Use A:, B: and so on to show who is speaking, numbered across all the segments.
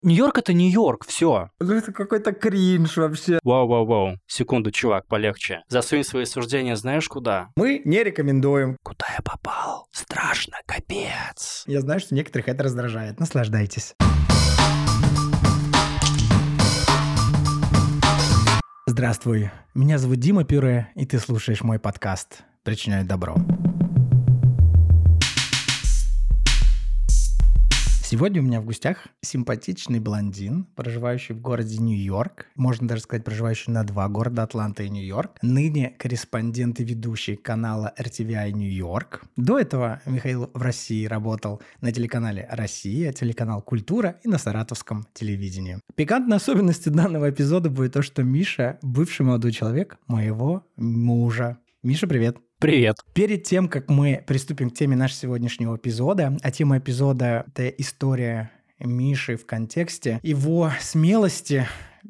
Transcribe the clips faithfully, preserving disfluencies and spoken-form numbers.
A: Нью-Йорк — это Нью-Йорк, все.
B: Ну это какой-то кринж вообще.
A: Вау-вау-вау, секунду, чувак, полегче. Засунь свои суждения знаешь куда?
B: Мы не рекомендуем.
A: Куда я попал? Страшно, капец.
B: Я знаю, что некоторых это раздражает. Наслаждайтесь. Здравствуй, меня зовут Дима Пюре, и ты слушаешь мой подкаст «Причиняю добро». Сегодня у меня в гостях симпатичный блондин, проживающий в городе Нью-Йорк, можно даже сказать, проживающий на два города, Атланта и Нью-Йорк, ныне корреспондент и ведущий канала эр ти ви ай Нью-Йорк. До этого Михаил в России работал на телеканале «Россия», телеканал «Культура» и на саратовском телевидении. Пикантной особенностью данного эпизода будет то, что Миша – бывший молодой человек моего мужа. Миша, привет.
A: Привет.
B: Перед тем, как мы приступим к теме нашего сегодняшнего эпизода, а тема эпизода – это история Миши в контексте его смелости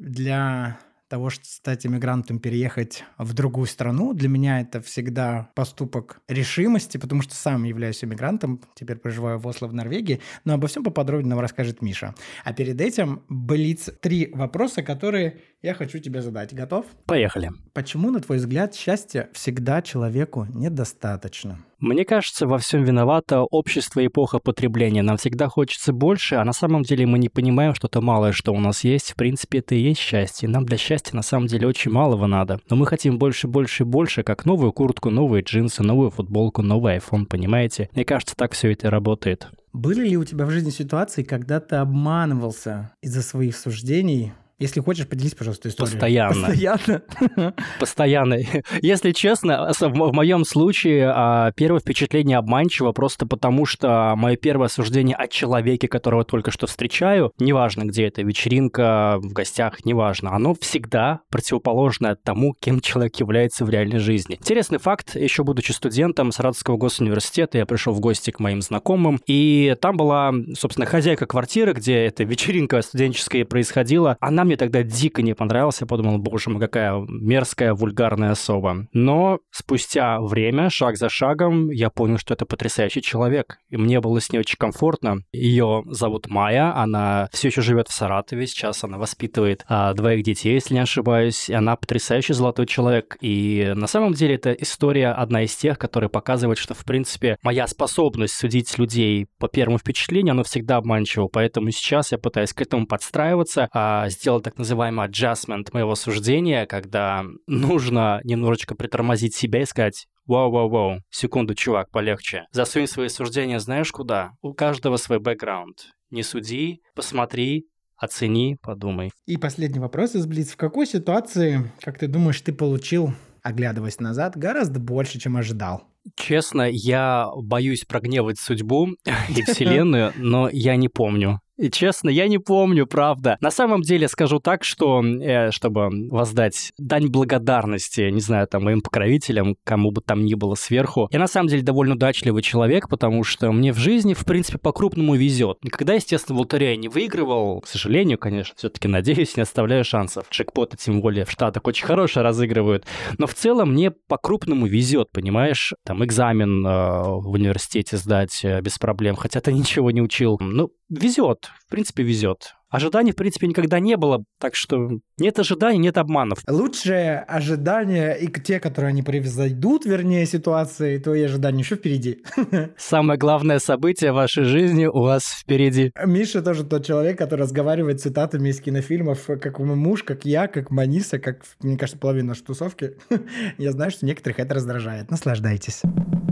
B: для того, чтобы стать иммигрантом, переехать в другую страну. Для меня это всегда поступок решимости, потому что сам являюсь иммигрантом, теперь проживаю в Осло, в Норвегии, но обо всем поподробнее нам расскажет Миша. А перед этим блиц три вопроса, которые я хочу тебе задать. Готов?
A: Поехали.
B: Почему, на твой взгляд, счастья всегда человеку недостаточно?
A: Мне кажется, во всем виновато общество и эпоха потребления. Нам всегда хочется больше, а на самом деле мы не понимаем, что то малое, что у нас есть, в принципе, это и есть счастье. Нам для счастья на самом деле очень малого надо. Но мы хотим больше, больше и больше, как новую куртку, новые джинсы, новую футболку, новый iPhone, понимаете? Мне кажется, так все это и работает.
B: Были ли у тебя в жизни ситуации, когда ты обманывался из-за своих суждений? Если хочешь, поделись, пожалуйста, историей.
A: Постоянно.
B: Постоянно?
A: Постоянно. Если честно, в моем случае первое впечатление обманчиво просто потому, что мое первое суждение о человеке, которого только что встречаю, неважно, где это, вечеринка, в гостях, неважно, оно всегда противоположное тому, кем человек является в реальной жизни. Интересный факт, еще будучи студентом Саратовского госуниверситета, я пришел в гости к моим знакомым, и там была, собственно, хозяйка квартиры, где эта вечеринка студенческая происходила. Она мне Мне тогда дико не понравился, я подумал, боже мой, какая мерзкая, вульгарная особа. Но спустя время, шаг за шагом, я понял, что это потрясающий человек. И мне было с ней очень комфортно. Ее зовут Майя, она все еще живет в Саратове, сейчас она воспитывает а, двоих детей, если не ошибаюсь. И она потрясающий золотой человек. И на самом деле эта история одна из тех, которая показывает, что, в принципе, моя способность судить людей по первому впечатлению, она всегда обманчива. Поэтому сейчас я пытаюсь к этому подстраиваться, а, сделать так называемый adjustment моего суждения, когда нужно немножечко притормозить себя и сказать: вау-вау-вау, секунду, чувак, полегче. Засунь свои суждения знаешь куда? У каждого свой бэкграунд. Не суди, посмотри, оцени, подумай.
B: И последний вопрос из Блиц. В какой ситуации, как ты думаешь, ты получил, оглядываясь назад, гораздо больше, чем ожидал?
A: Честно, я боюсь прогневать судьбу и вселенную, но я не помню. И честно, я не помню, правда. На самом деле скажу так, что, э, чтобы воздать дань благодарности, не знаю, там, моим покровителям, кому бы там ни было сверху, я на самом деле довольно удачливый человек, потому что мне в жизни, в принципе, по-крупному везет. Никогда, естественно, в лотерею не выигрывал, к сожалению, конечно, все-таки, надеюсь, не оставляю шансов. Джекпоты, тем более, в Штатах очень хорошие разыгрывают. Но в целом мне по-крупному везет, понимаешь? Там экзамен э, в университете сдать э, без проблем, хотя ты ничего не учил. Ну, везет. В принципе, везет. Ожиданий, в принципе, никогда не было, так что нет ожиданий, нет обманов.
B: Лучшие ожидания и те, которые они произойдут, вернее, ситуации, твои ожидания еще впереди.
A: Самое главное событие в вашей жизни у вас впереди.
B: Миша тоже тот человек, который разговаривает цитатами из кинофильмов, как мой муж, как я, как Маниса, как, мне кажется, половина нашей тусовки. Я знаю, что некоторых это раздражает. Наслаждайтесь.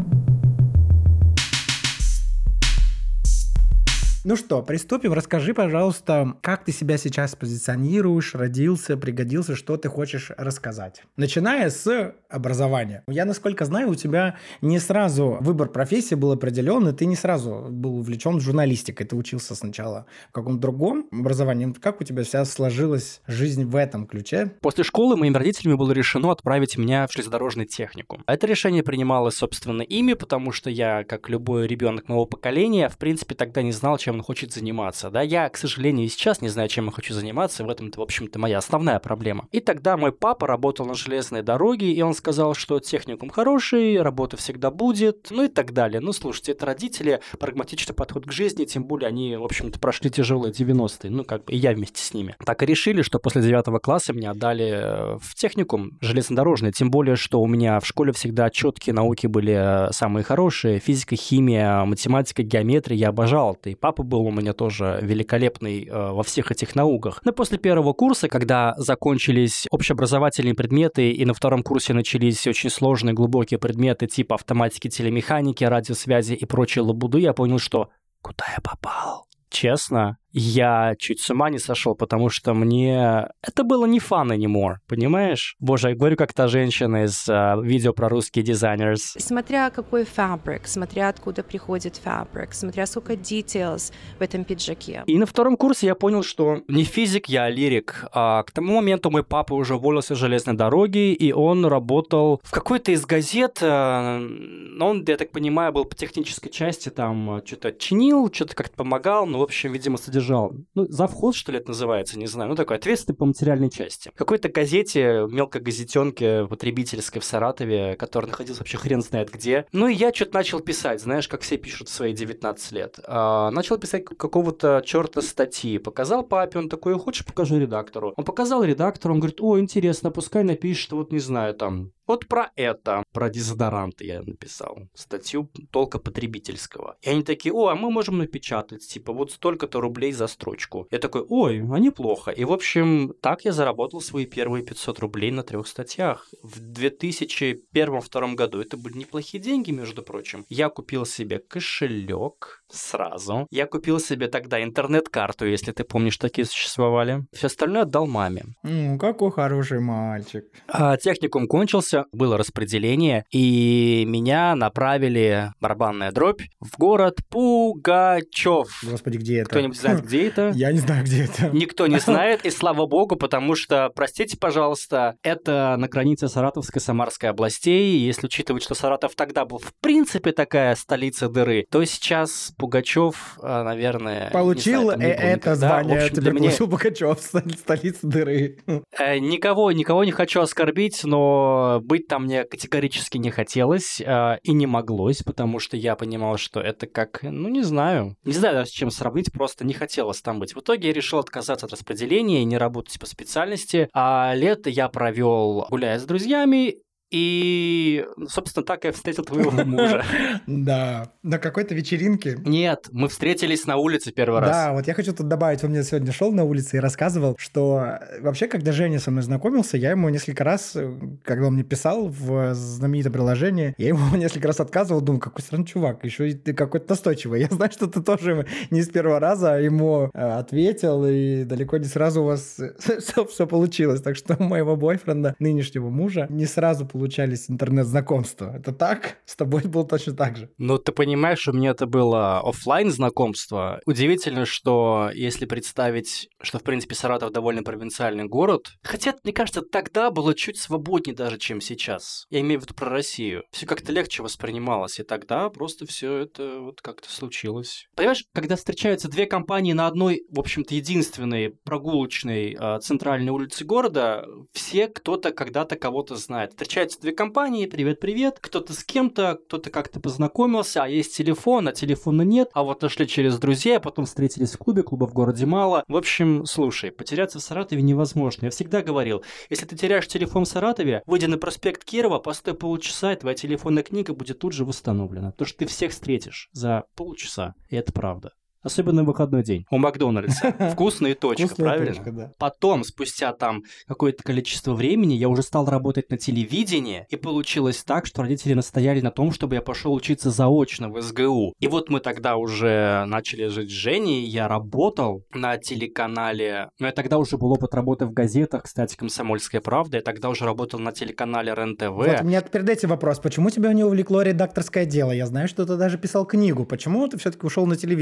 B: Ну что, приступим. Расскажи, пожалуйста, как ты себя сейчас позиционируешь, родился, пригодился, что ты хочешь рассказать. Начиная с образования. Я, насколько знаю, у тебя не сразу выбор профессии был определен, и ты не сразу был увлечен журналистикой. Ты учился сначала в каком-то другом образовании. Как у тебя вся сложилась жизнь в этом ключе?
A: После школы моими родителями было решено отправить меня в железнодорожный техникум. Это решение принималось, собственно, ими, потому что я, как любой ребенок моего поколения, в принципе, тогда не знал, чем чем он хочет заниматься. Да, я, к сожалению, и сейчас не знаю, чем я хочу заниматься, в этом-то, в общем-то, моя основная проблема. И тогда мой папа работал на железной дороге, и он сказал, что техникум хороший, работа всегда будет, ну и так далее. Ну, слушайте, это родители, прагматичный подход к жизни, тем более они, в общем-то, прошли тяжелые девяностые, ну, как бы и я вместе с ними. Так и решили, что после девятого класса меня отдали в техникум железнодорожный, тем более, что у меня в школе всегда четкие науки были самые хорошие, физика, химия, математика, геометрия, я обожал это, и папа был у меня тоже великолепный э, во всех этих науках. Но после первого курса, когда закончились общеобразовательные предметы, и на втором курсе начались очень сложные, глубокие предметы типа автоматики, телемеханики, радиосвязи и прочей лабуды, я понял, что куда я попал? Честно, я чуть с ума не сошел, потому что мне это было не fun anymore, понимаешь? Боже, я говорю, как та женщина из uh, видео про русские дизайнерс.
C: Смотря какой фабрик, смотря откуда приходит фабрик, смотря сколько details в этом пиджаке.
A: И на втором курсе я понял, что не физик я, а лирик. А к тому моменту мой папа уже уволился с железной дороги, и он работал в какой-то из газет. Он, я так понимаю, был по технической части, там что-то чинил, что-то как-то помогал, но, в общем, видимо, содержал. Ну, завхоз, что ли, это называется, не знаю. Ну, такой ответственный по материальной части. В какой-то газете, мелкой газетенке потребительской в Саратове, которая находилась вообще хрен знает где. Ну, и я что-то начал писать, знаешь, как все пишут в свои девятнадцать лет. А, начал писать какого-то черта статьи. Показал папе, он такой, хочешь, покажу редактору. Он показал редактору, он говорит, о, интересно, пускай напишет, вот, не знаю, там... Вот про это, про дезодоранты я написал статью толка потребительского. И они такие, о, а мы можем напечатать, типа, вот столько-то рублей за строчку. Я такой, ой, а неплохо. И, в общем, так я заработал свои первые пятьсот рублей на трех статьях. В две тысячи первом-втором году это были неплохие деньги, между прочим. Я купил себе кошелек сразу. Я купил себе тогда интернет-карту, если ты помнишь, такие существовали. Все остальное отдал маме.
B: Ну, какой хороший мальчик.
A: А техникум кончился. Было распределение, и меня направили, барабанная дробь, в город Пугачев.
B: Господи, где это?
A: Кто-нибудь знает, где это?
B: Я не знаю, где это.
A: Никто не знает, и слава богу, потому что, простите, пожалуйста, это на границе Саратовской и Самарской областей. Если учитывать, что Саратов тогда был в принципе такая столица дыры, то сейчас Пугачев, наверное...
B: Получил
A: знаю,
B: это
A: никогда.
B: звание,
A: общем,
B: тебе
A: меня...
B: получил Пугачев, столица дыры.
A: Никого, никого не хочу оскорбить, но быть там мне категорически не хотелось э, и не моглось, потому что я понимал, что это как, ну, не знаю, не знаю даже с чем сравнить, просто не хотелось там быть. В итоге я решил отказаться от распределения и не работать по специальности, а лето я провел, гуляя с друзьями, и, собственно, так я встретил твоего мужа.
B: Да, на какой-то вечеринке.
A: Нет, мы встретились на улице первый раз.
B: Да, вот я хочу тут добавить, он мне сегодня шел на улице и рассказывал, что вообще, когда Женя со мной знакомился, я ему несколько раз, когда он мне писал в знаменитое приложение, я ему несколько раз отказывал, думаю, какой странный чувак, еще и ты какой-то настойчивый. Я знаю, что ты тоже не с первого раза ему ответил, и далеко не сразу у вас все, все получилось. Так что у моего бойфренда, нынешнего мужа, не сразу получилось получались интернет-знакомства. Это так? С тобой было точно так же.
A: Ну, ты понимаешь, у меня это было офлайн знакомство. Удивительно, что если представить, что, в принципе, Саратов довольно провинциальный город, хотя, мне кажется, тогда было чуть свободнее даже, чем сейчас. Я имею в виду про Россию. Все как-то легче воспринималось, и тогда просто все это вот как-то случилось. Понимаешь, когда встречаются две компании на одной, в общем-то, единственной прогулочной э, центральной улице города, все кто-то когда-то кого-то знает. Встречаются две компании, привет-привет, кто-то с кем-то, кто-то как-то познакомился, а есть телефон, а телефона нет, а вот нашли через друзей, а потом встретились в клубе, клуба в городе мало. В общем, слушай, потеряться в Саратове невозможно. Я всегда говорил, если ты теряешь телефон в Саратове, выйди на проспект Кирова, постой полчаса, и твоя телефонная книга будет тут же восстановлена, потому что ты всех встретишь за полчаса, и это правда. Особенно в выходной день. У Макдональдса. Вкусная точка,
B: Вкусная
A: правильно?
B: точка, да.
A: Потом, спустя там какое-то количество времени, я уже стал работать на телевидении, и получилось так, что родители настояли на том, чтобы я пошел учиться заочно в СГУ. И вот мы тогда уже начали жить с Женей, я работал на телеканале, но я тогда уже был опыт работы в газетах, кстати, «Комсомольская правда», я тогда уже работал на телеканале РЕН-ТВ.
B: Вот у меня перед этим вопрос, почему тебя не увлекло редакторское дело? Я знаю, что ты даже писал книгу, почему ты все-таки ушел на телевидение? Все-таки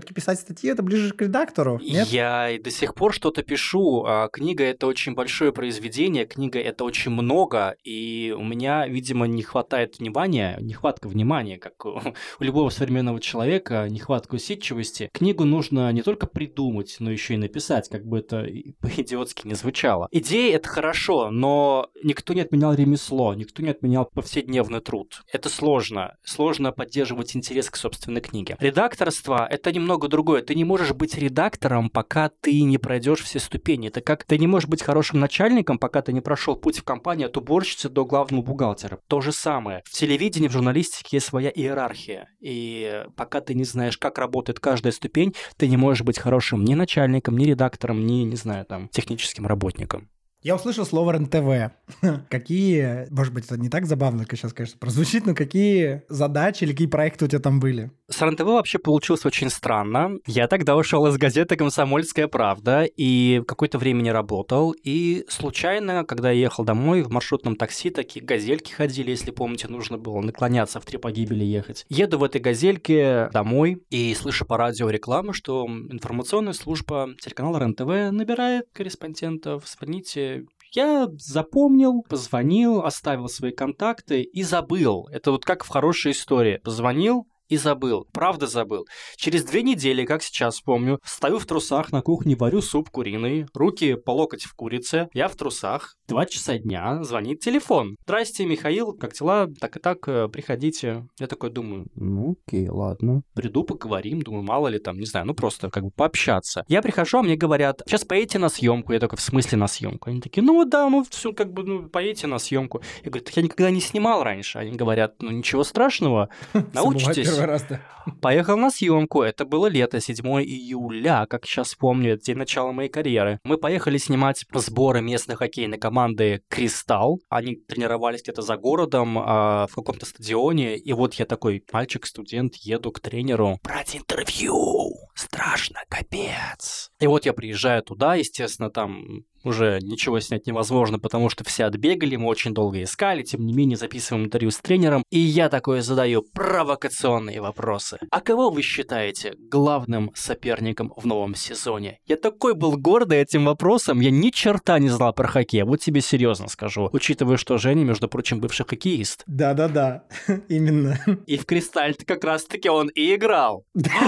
B: все-таки писать статьи — это ближе к редактору, нет?
A: Я и до сих пор что-то пишу. А книга — это очень большое произведение, книга — это очень много, и у меня, видимо, не хватает внимания, нехватка внимания, как у, у любого современного человека, нехватка усидчивости. Книгу нужно не только придумать, но еще и написать, как бы это по-идиотски не звучало. Идея — это хорошо, но никто не отменял ремесло, никто не отменял повседневный труд. Это сложно. Сложно поддерживать интерес к собственной книге. Редакторство — это немного другое. Ты не можешь быть редактором, пока ты не пройдешь все ступени. Это как ты не можешь быть хорошим начальником, пока ты не прошел путь в компании от уборщицы до главного бухгалтера. То же самое. В телевидении, в журналистике есть своя иерархия. И пока ты не знаешь, как работает каждая ступень, ты не можешь быть хорошим ни начальником, ни редактором, ни, не знаю, там, техническим работником.
B: Я услышал слово РЕН-ТВ. Какие, может быть, это не так забавно, как сейчас, конечно, прозвучит, но какие задачи или какие проекты у тебя там были?
A: С РЕН-ТВ вообще получилось очень странно. Я тогда ушел из газеты «Комсомольская правда» и какое-то время не работал. И случайно, когда я ехал домой, в маршрутном такси такие газельки ходили, если помните, нужно было наклоняться в три погибели ехать. Еду в этой газельке домой и слышу по радио рекламу, что информационная служба телеканала РЕН-ТВ набирает корреспондентов, звоните. Я запомнил, позвонил, оставил свои контакты и забыл. Это вот как в хорошей истории. Позвонил и забыл. Правда забыл. Через две недели, как сейчас помню, стою в трусах на кухне, варю суп куриный, руки по локоть в курице, я в трусах. Два часа дня, звонит телефон. Здрасте, Михаил, как дела? Так и так, приходите. Я такой думаю, ну окей, ладно. Приду, поговорим, думаю, мало ли там, не знаю, ну просто как бы пообщаться. Я прихожу, а мне говорят, сейчас поедете на съемку. Я такой, в смысле на съемку? Они такие, ну да, ну все как бы, ну поедете на съемку. Я говорю, так я никогда не снимал раньше. Они говорят, ну ничего страшного, научитесь.
B: Раз, да.
A: Поехал на съемку. Это было лето, седьмого июля, как сейчас помню, это день начала моей карьеры. Мы поехали снимать сборы местной хоккейной команды «Кристалл». Они тренировались где-то за городом, а, в каком-то стадионе. И вот я такой мальчик-студент, еду к тренеру брать интервью. Страшно, капец. И вот я приезжаю туда, естественно, там уже ничего снять невозможно, потому что все отбегали, мы очень долго искали, тем не менее записываем интервью с тренером, и я такое задаю провокационные вопросы. А кого вы считаете главным соперником в новом сезоне? Я такой был гордый этим вопросом, я ни черта не знал про хоккей, вот тебе серьезно скажу, учитывая, что Женя, между прочим, бывший хоккеист.
B: Да-да-да, именно.
A: И в «Кристалле» как раз-таки он и играл.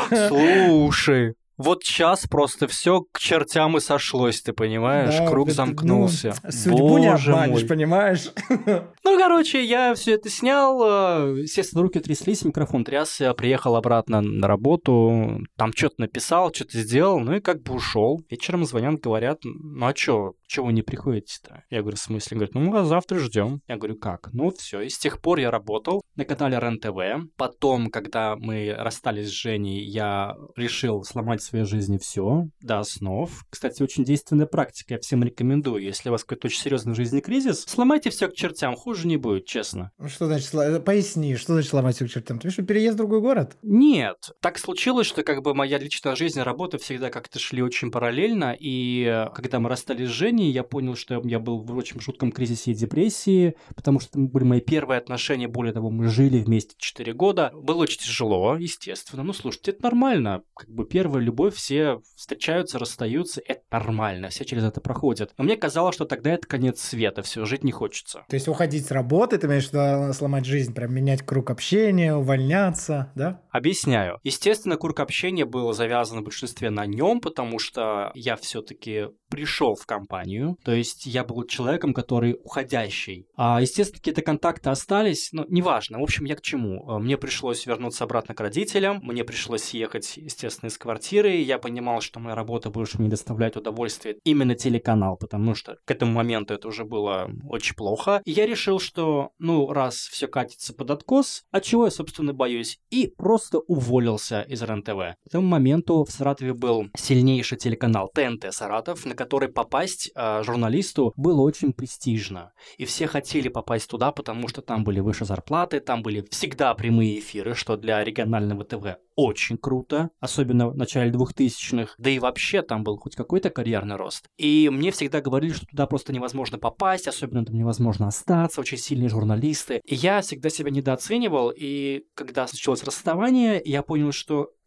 A: Слушай... Вот сейчас просто все к чертям и сошлось, ты понимаешь? Да, Круг это, замкнулся.
B: Ну, судьбу Боже не обманешь, мой. Понимаешь?
A: Ну, короче, я все это снял. Естественно, руки тряслись, микрофон трясся. Приехал обратно на работу. Там что-то написал, что-то сделал. Ну и как бы ушел. Вечером звонят, говорят, ну а что, чего вы не приходите-то? Я говорю, в смысле? Говорят, ну а завтра ждем. Я говорю, как? Ну вот все. И с тех пор я работал на канале РЕН-ТВ. Потом, когда мы расстались с Женей, я решил сломать в своей жизни все до основ. Кстати, очень действенная практика, я всем рекомендую. Если у вас какой-то очень серьезный в жизни кризис, сломайте все к чертям, хуже не будет, честно.
B: Что значит, поясни, что значит сломать все к чертям? Ты что, переезд в другой город?
A: Нет. Так случилось, что как бы моя личная жизнь и работа всегда как-то шли очень параллельно, и когда мы расстались с Женей, я понял, что я был в очень жутком кризисе и депрессии, потому что это были мои первые отношения, более того, мы жили вместе четыре года. Было очень тяжело, естественно. Ну, слушайте, это нормально. Как бы первая любовь, все встречаются, расстаются, это нормально, все через это проходят. Но мне казалось, что тогда это конец света, все, жить не хочется.
B: То есть уходить с работы, ты имеешь в виду сломать жизнь, прям менять круг общения, увольняться, да?
A: Объясняю. Естественно, круг общения был завязан в большинстве на нем, потому что я все-таки пришел в компанию, то есть я был человеком, который уходящий. А, естественно, какие-то контакты остались, но неважно. В общем, я к чему? Мне пришлось вернуться обратно к родителям, мне пришлось съехать, естественно, из квартиры. Я понимал, что моя работа больше не доставляет удовольствия, именно телеканал, потому что к этому моменту это уже было очень плохо. И я решил, что, ну, раз все катится под откос, от чего я, собственно, боюсь, и просто уволился из РЕН-ТВ. К этому моменту в Саратове был сильнейший телеканал ТНТ Саратов, на который попасть э, журналисту было очень престижно. И все хотели попасть туда, потому что там были выше зарплаты, там были всегда прямые эфиры, что для регионального ТВ очень круто, особенно в начале двухтысячных, да и вообще там был хоть какой-то карьерный рост. И мне всегда говорили, что туда просто невозможно попасть, особенно там невозможно остаться, очень сильные журналисты. И я всегда себя недооценивал, и когда случилось расставание, я понял, что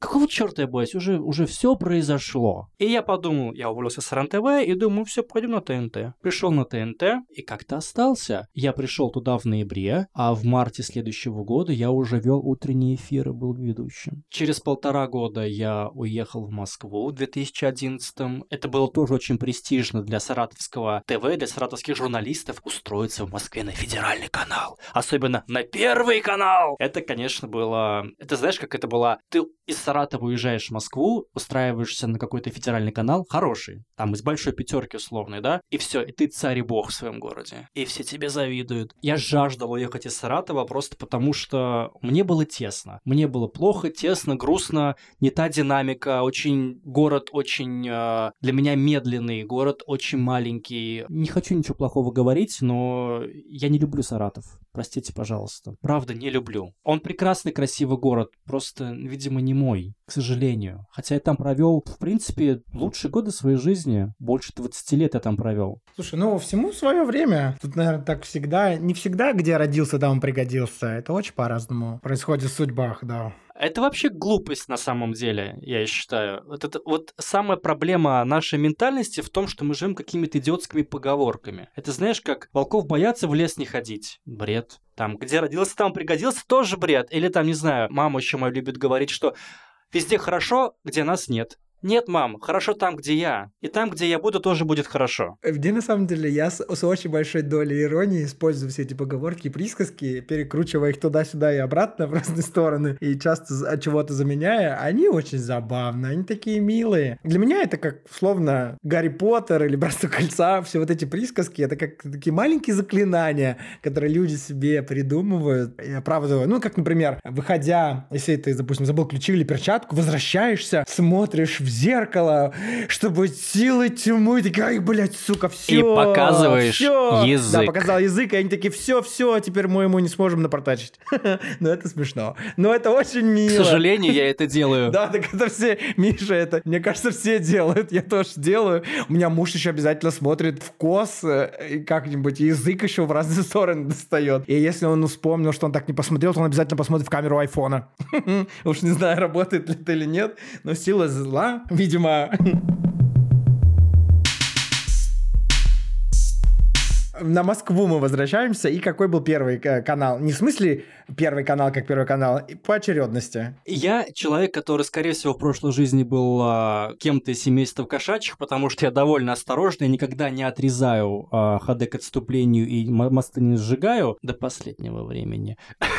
A: какого черта я боюсь? Уже, уже все произошло. И я подумал, я уволился с РЕН-ТВ и думаю, все, пойдем на ТНТ. Пришел на ТНТ и как-то остался. Я пришел туда в ноябре, а в марте следующего года я уже вел утренние эфиры, был ведущим. Через полтора года я уехал в Москву в две тысячи одиннадцатом. Это было тоже очень престижно для саратовского ТВ, для саратовских журналистов устроиться в Москве на федеральный канал. Особенно на Первый канал. Это, конечно, было... Это знаешь, как это было? Ты из Саратова уезжаешь в Москву, устраиваешься на какой-то федеральный канал, хороший, там из большой пятерки условной, да, и все, и ты царь и бог в своем городе. И все тебе завидуют. Я жаждал уехать из Саратова просто потому, что мне было тесно. Мне было плохо, тесно, грустно, не та динамика, очень... Город очень э, для меня медленный, город очень маленький. Не хочу ничего плохого говорить, но я не люблю Саратов. Простите, пожалуйста. Правда, не люблю. Он прекрасный, красивый город, просто, видимо, не мой, к сожалению. Хотя я там провел, в принципе, лучшие годы своей жизни. Больше двадцати лет я там провел.
B: Слушай, ну, всему свое время. Тут, наверное, так всегда. Не всегда, где родился, там пригодился. Это очень по-разному происходит в судьбах, да.
A: Это вообще глупость на самом деле, я считаю. Вот, это, вот самая проблема нашей ментальности в том, что мы живем какими-то идиотскими поговорками. Это знаешь, как волков боятся, в лес не ходить. Бред. Там, где родился, там пригодился, тоже бред. Или там, не знаю, мама еще моя любит говорить, что везде хорошо, где нас нет. Нет, мам, хорошо там, где я. И там, где я буду, тоже будет хорошо.
B: Где, на самом деле, я с, с очень большой долей иронии использую все эти поговорки и присказки, перекручивая их туда-сюда и обратно в разные стороны, и часто от чего-то заменяя. Они очень забавные, они такие милые. Для меня это как, условно, Гарри Поттер или Братство Кольца. Все вот эти присказки, это как такие маленькие заклинания, которые люди себе придумывают и оправдывают. Ну, как, например, выходя, если ты, допустим, забыл ключи или перчатку, возвращаешься, смотришь в зеркало, чтобы силы тьмы, такие, ай, блядь, сука, все.
A: И показываешь
B: всё.
A: язык.
B: Да, показал язык, и они такие, все, все, теперь мы ему не сможем напортачить. Ну, это смешно. Но это очень мило.
A: К сожалению, я это делаю.
B: Да, так это все, Миша, это, мне кажется, все делают, я тоже делаю. У меня муж еще обязательно смотрит в кос, и как-нибудь язык еще в разные стороны достает. И если он вспомнил, что он так не посмотрел, то он обязательно посмотрит в камеру айфона. Уж не знаю, работает ли это или нет, но сила зла, видимо... На Москву мы возвращаемся. И какой был первый канал? Не в смысле первый канал как первый канал, по очередности.
A: Я человек, который, скорее всего, в прошлой жизни был а, кем-то из семейства кошачьих, потому что я довольно осторожный, никогда не отрезаю а, ходы к отступлению и мосты не сжигаю до последнего времени.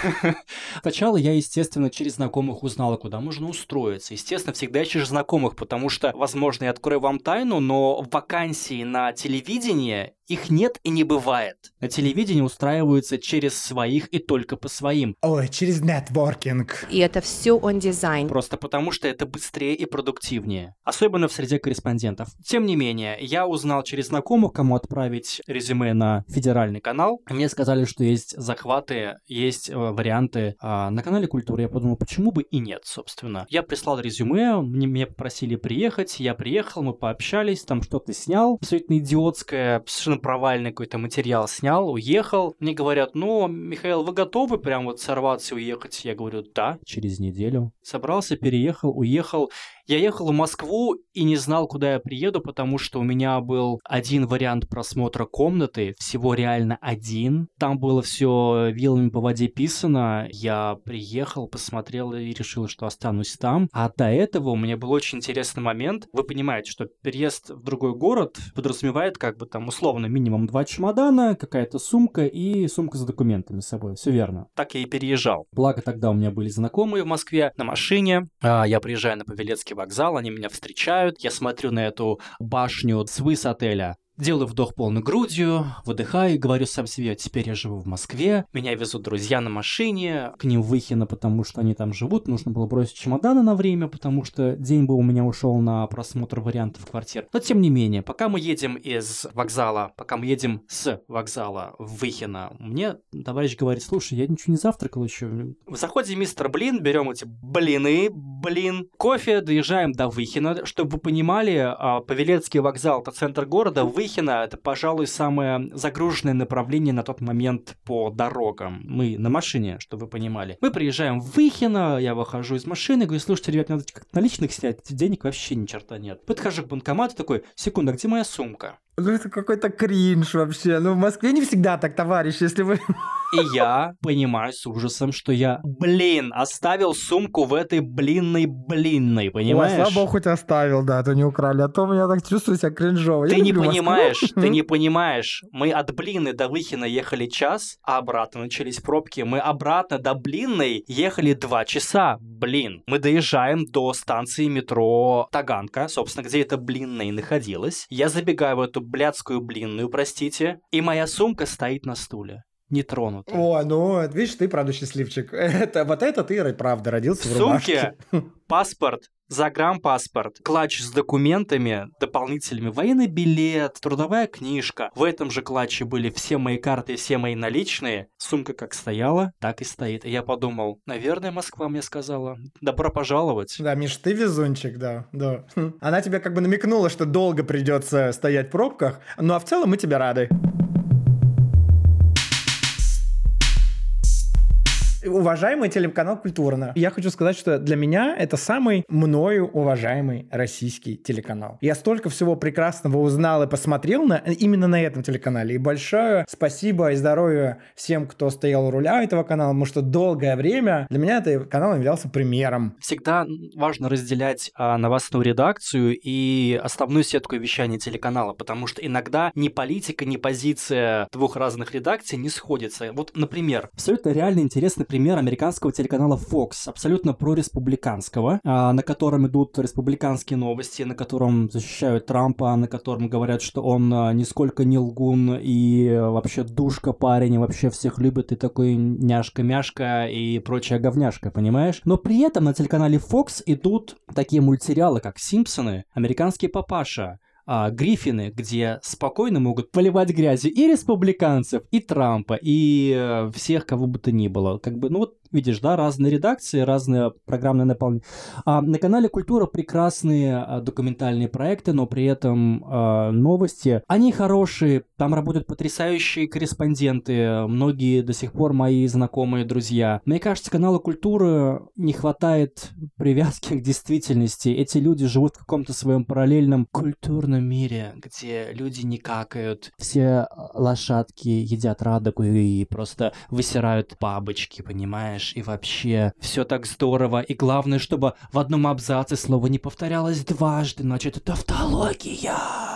A: Сначала я, естественно, через знакомых узнала, куда можно устроиться. Естественно, всегда через знакомых, потому что, возможно, я открою вам тайну, но вакансии на телевидении их нет и не бывает. На телевидении устраиваются через своих и только по своим.
B: Ой, через нетворкинг.
C: И это все он дизайн.
A: Просто потому, что это быстрее и продуктивнее. Особенно в среде корреспондентов. Тем не менее, я узнал через знакомых, кому отправить резюме на федеральный канал. Мне сказали, что есть захваты, есть э, варианты э, на канале Культуры. Я подумал, почему бы и нет, собственно. Я прислал резюме, мне, меня попросили приехать, я приехал, мы пообщались, там что-то снял. Абсолютно идиотское, совершенно провальный какой-то материал снял, уехал. Мне говорят, ну, Михаил, вы готовы прям вот сорваться и уехать? Я говорю, да. Через неделю. Собрался, переехал, уехал. Я ехал в Москву и не знал, куда я приеду, потому что у меня был один вариант просмотра комнаты, всего реально один. Там было все вилами по воде писано. Я приехал, посмотрел и решил, что останусь там. А до этого у меня был очень интересный момент. Вы понимаете, что переезд в другой город подразумевает как бы там условно минимум два чемодана, какая-то сумка и сумка с документами с собой. Все верно. Так я и переезжал. Благо тогда у меня были знакомые в Москве на машине. Я приезжаю на Павелецкий вокзал, они меня встречают, я смотрю на эту башню с выс отеля. Делаю вдох полной грудью, выдыхаю и говорю сам себе, теперь я живу в Москве, меня везут друзья на машине, к ним в Выхино, потому что они там живут, нужно было бросить чемоданы на время, потому что день бы у меня ушел на просмотр вариантов квартир. Но тем не менее, пока мы едем из вокзала, пока мы едем с вокзала в Выхино, мне товарищ говорит, слушай, я ничего не завтракал еще. В заходе мистер Блин, берем эти блины, блин, кофе, доезжаем до Выхино, чтобы вы понимали, Павелецкий вокзал, это центр города, Выхино Выхино — это, пожалуй, самое загруженное направление на тот момент по дорогам. Мы на машине, чтобы вы понимали. Мы приезжаем в Выхино, я выхожу из машины, говорю: слушайте, ребят, надо как-то наличных снять, денег вообще ни черта нет. Подхожу к банкомату, такой: секунда, где моя сумка?
B: Ну это какой-то кринж вообще. Ну в Москве не всегда так, товарищ, если вы...
A: И я понимаю с ужасом, что я, блин, оставил сумку в этой блинной-блинной, понимаешь?
B: Ой, слава богу, хоть оставил, да, а то не украли. А то меня так чувствую себя кринжово.
A: Ты не понимаешь, ты не понимаешь. Мы от Блинной до Выхина ехали час, а обратно начались пробки. Мы обратно до Блинной ехали два часа. Блин. Мы доезжаем до станции метро Таганка, собственно, где эта Блинная и находилась. Я забегаю в эту блядскую Блинную, простите, и моя сумка стоит на стуле. Не тронута.
B: О, ну, видишь, ты, правда, счастливчик. Это, вот это ты, правда, родился в,
A: в
B: рубашке.
A: сумке паспорт, загранпаспорт, клатч с документами дополнительными, военный билет, трудовая книжка. В этом же клатче были все мои карты, все мои наличные. Сумка как стояла, так и стоит. И я подумал, наверное, Москва мне сказала: добро пожаловать.
B: Да, Миш, ты везунчик, да, да. Она тебе как бы намекнула, что долго придется стоять в пробках, ну а в целом мы тебе рады. Уважаемый телеканал «Культурно». Я хочу сказать, что для меня это самый мною уважаемый российский телеканал. Я столько всего прекрасного узнал и посмотрел на, именно на этом телеканале. И большое спасибо и здоровья всем, кто стоял у руля этого канала, потому что долгое время для меня этот канал являлся примером.
A: Всегда важно разделять а, новостную редакцию и основную сетку вещания телеканала, потому что иногда ни политика, ни позиция двух разных редакций не сходятся. Вот, например, абсолютно реально интересный пример американского телеканала Fox, абсолютно прореспубликанского, на котором идут республиканские новости, на котором защищают Трампа, на котором говорят, что он нисколько не лгун и вообще душка парень, и вообще всех любит, и такой няшка-мяшка и прочая говняшка, понимаешь? Но при этом на телеканале Fox идут такие мультсериалы, как «Симпсоны», «Американский папаша», А, Гриффины, где спокойно могут поливать грязью и республиканцев, и Трампа, и э, всех, кого бы то ни было. Как бы, ну вот, видишь, да, разные редакции, разные программные наполнения. А на канале «Культура» прекрасные а, документальные проекты, но при этом а, новости, они хорошие, там работают потрясающие корреспонденты, многие до сих пор мои знакомые друзья. Мне кажется, каналу «Культура» не хватает привязки к действительности. Эти люди живут в каком-то своем параллельном культурном мире, где люди не какают, все лошадки едят радугу и просто высирают бабочки, понимаешь? И вообще все так здорово. И главное, чтобы в одном абзаце слово не повторялось дважды, значит, это тавтология.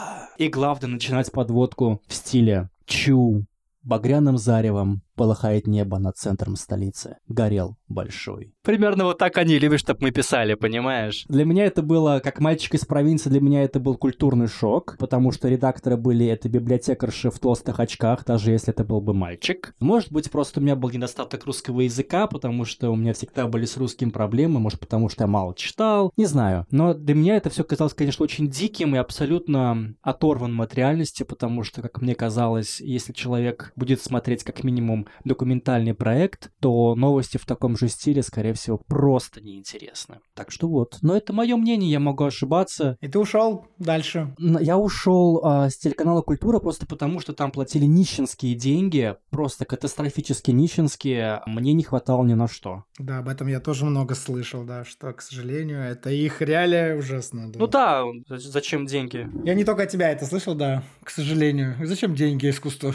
A: И главное, начинать подводку в стиле «Чу». Багряным заревом полыхает небо над центром столицы. Горел большой. Примерно вот так они любят, чтобы мы писали, понимаешь? Для меня это было, как мальчик из провинции, для меня это был культурный шок, потому что редакторы были это библиотекарши в толстых очках, даже если это был бы мальчик. Может быть, просто у меня был недостаток русского языка, потому что у меня всегда были с русским проблемы, может, потому что я мало читал, не знаю. Но для меня это все казалось, конечно, очень диким и абсолютно оторванным от реальности, потому что, как мне казалось, если человек будет смотреть как минимум документальный проект, то новости в таком же стиле, скорее всего, просто неинтересны. Так что вот. Но это мое мнение, я могу ошибаться.
B: И ты ушел дальше?
A: Я ушел а, с телеканала «Культура» просто потому, что там платили нищенские деньги, просто катастрофически нищенские. Мне не хватало ни на что.
B: Да, об этом я тоже много слышал, да, что, к сожалению, это их реалия ужасно. Да.
A: Ну да, зачем деньги?
B: Я не только от тебя это слышал, да, к сожалению. Зачем деньги искусству?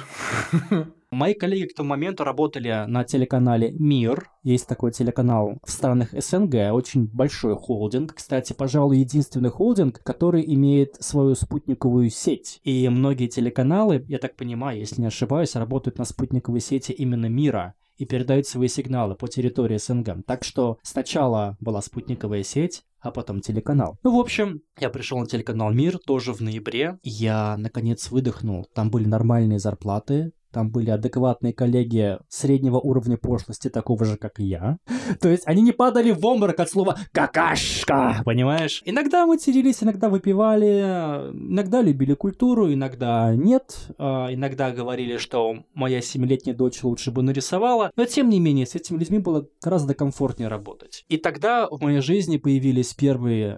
A: Мои коллеги к тому моменту работали на телеканале «Мир». Есть такой телеканал в странах СНГ, очень большой холдинг. Кстати, пожалуй, единственный холдинг, который имеет свою спутниковую сеть. И многие телеканалы, я так понимаю, если не ошибаюсь, работают на спутниковой сети именно «Мира» и передают свои сигналы по территории СНГ. Так что сначала была спутниковая сеть, а потом телеканал. Ну, в общем, я пришел на телеканал «Мир» тоже в ноябре. Я, наконец, выдохнул. Там были нормальные зарплаты. Там были адекватные коллеги среднего уровня пошлости, такого же, как и я. То есть они не падали в обморок от слова «какашка», понимаешь? Иногда матерились, иногда выпивали, иногда любили культуру, иногда нет. Иногда говорили, что моя семилетняя дочь лучше бы нарисовала. Но, тем не менее, с этими людьми было гораздо комфортнее работать. И тогда в моей жизни появились первые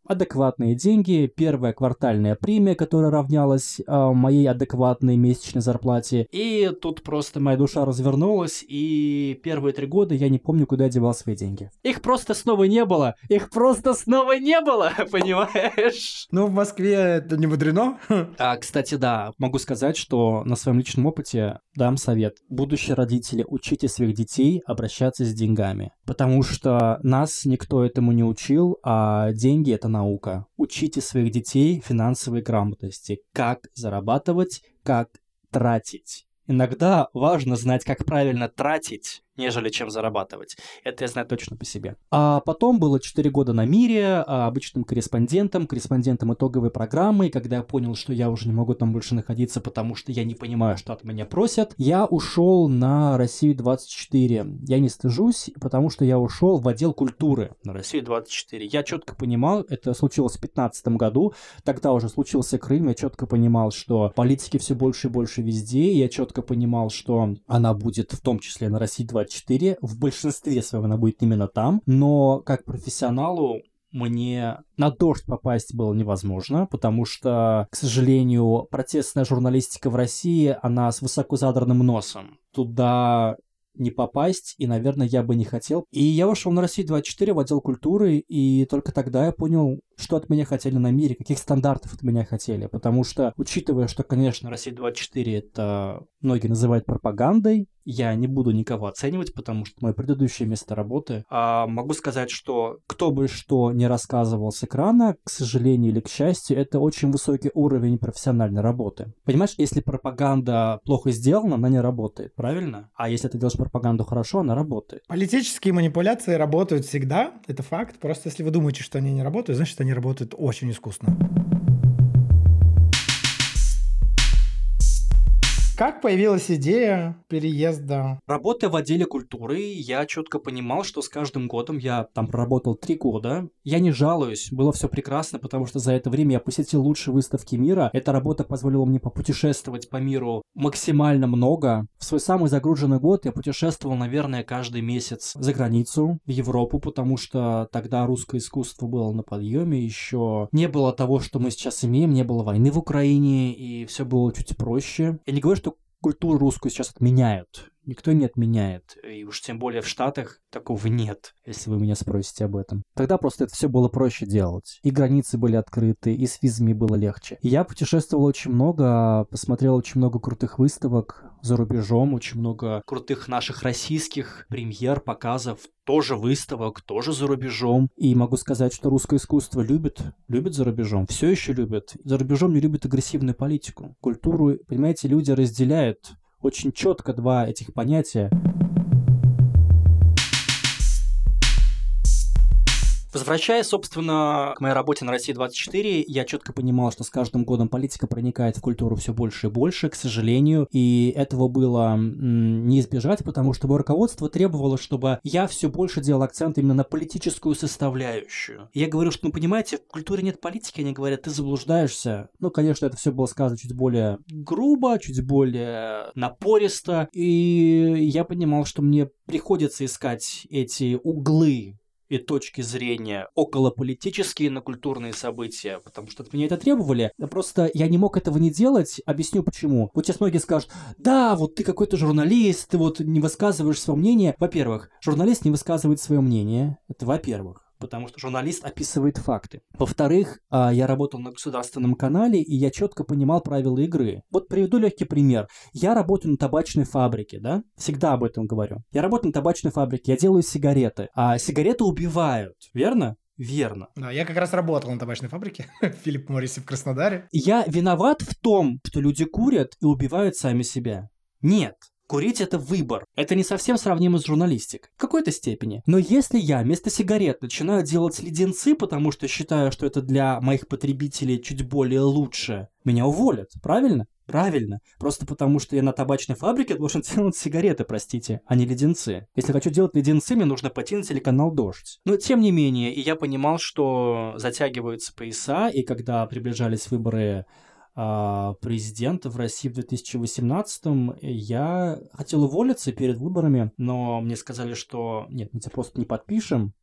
A: адекватные деньги, первая квартальная премия, которая равнялась э, моей адекватной месячной зарплате. И тут просто моя душа развернулась, и первые три года я не помню, куда я девал свои деньги. Их просто снова не было. Их просто снова не было, понимаешь?
B: Ну, в Москве это не мудрено.
A: А, кстати, да, могу сказать, что на своем личном опыте дам совет. Будущие родители, учите своих детей обращаться с деньгами. Потому что нас никто этому не учил, а деньги — это наука. Учите своих детей финансовой грамотности. Как зарабатывать, как тратить. Иногда важно знать, как правильно тратить, нежели чем зарабатывать. Это я знаю точно по себе. А потом было четыре года на мире, обычным корреспондентом, корреспондентом итоговой программы, и когда я понял, что я уже не могу там больше находиться, потому что я не понимаю, что от меня просят, я ушел на Россию двадцать четыре. Я не стыжусь, потому что я ушел в отдел культуры на Россию двадцать четыре. Я четко понимал, это случилось в пятнадцатом году, тогда уже случился Крым, я четко понимал, что политики все больше и больше везде, и я четко понимал, что она будет в том числе на России двадцать четыре, в большинстве своем она будет именно там, но как профессионалу мне на дождь попасть было невозможно, потому что, к сожалению, протестная журналистика в России, она с высоко задранным носом. Туда не попасть, и, наверное, я бы не хотел. И я ушел на Россию двадцать четыре в отдел культуры, и только тогда я понял, что от меня хотели на мире, каких стандартов от меня хотели. Потому что, учитывая, что, конечно, Россия двадцать четыре это многие называют пропагандой, я не буду никого оценивать, потому что мое предыдущее место работы. А могу сказать, что кто бы что ни рассказывал с экрана, к сожалению или к счастью, это очень высокий уровень профессиональной работы. Понимаешь, если пропаганда плохо сделана, она не работает, правильно? А если ты делаешь пропаганду хорошо, она работает.
B: Политические манипуляции работают всегда, это факт. Просто если вы думаете, что они не работают, значит, они работают очень искусно. Как появилась идея переезда?
A: Работая в отделе культуры, я четко понимал, что с каждым годом, я там проработал три года, я не жалуюсь, было все прекрасно, потому что за это время я посетил лучшие выставки мира. Эта работа позволила мне попутешествовать по миру максимально много. В свой самый загруженный год я путешествовал, наверное, каждый месяц за границу, в Европу, потому что тогда русское искусство было на подъеме, еще не было того, что мы сейчас имеем, не было войны в Украине, и все было чуть проще. Я не говорю, что культуру русскую сейчас отменяют. Никто не отменяет. И уж тем более в Штатах такого нет, если вы меня спросите об этом. Тогда просто это все было проще делать. И границы были открыты, и с визами было легче. И я путешествовал очень много, посмотрел очень много крутых выставок за рубежом, очень много крутых наших российских премьер, показов, тоже выставок, тоже за рубежом. И могу сказать, что русское искусство любит, любит за рубежом, все еще любит. За рубежом не любит агрессивную политику. Культуру, понимаете, люди разделяют очень четко два этих понятия. Возвращаясь, собственно, к моей работе на России двадцать четыре, я четко понимал, что с каждым годом политика проникает в культуру все больше и больше, к сожалению, и этого было м, не избежать, потому что руководство требовало, чтобы я все больше делал акцент именно на политическую составляющую. И я говорю, что, ну, понимаете, в культуре нет политики, они говорят, ты заблуждаешься. Ну, конечно, это все было сказано чуть более грубо, чуть более напористо, и я понимал, что мне приходится искать эти углы и точки зрения околополитические на культурные события, потому что от меня это требовали. Просто я не мог этого не делать. Объясню почему. Вот сейчас многие скажут, да, вот ты какой-то журналист, ты вот не высказываешь свое мнение. Во-первых, журналист не высказывает свое мнение. Это во-первых. Потому что журналист описывает факты. Во-вторых, я работал на государственном канале, и я четко понимал правила игры. Вот приведу легкий пример. Я работаю на табачной фабрике, да? Всегда об этом говорю. Я работаю на табачной фабрике, я делаю сигареты. А сигареты убивают, верно? Верно.
B: Да, я как раз работал на табачной фабрике Филипп Моррисе в Краснодаре.
A: Я виноват в том, что люди курят и убивают сами себя? Нет. Курить – это выбор. Это не совсем сравнимо с журналистикой. В какой-то степени. Но если я вместо сигарет начинаю делать леденцы, потому что считаю, что это для моих потребителей чуть более лучше, меня уволят. Правильно? Правильно. Просто потому, что я на табачной фабрике должен делать сигареты, простите, а не леденцы. Если хочу делать леденцы, мне нужно пойти на телеканал «Дождь». Но тем не менее, и я понимал, что затягиваются пояса, и когда приближались выборы президента в России в две тысячи восемнадцатом, я хотел уволиться перед выборами, но мне сказали, что нет, мы тебя просто не подпишем,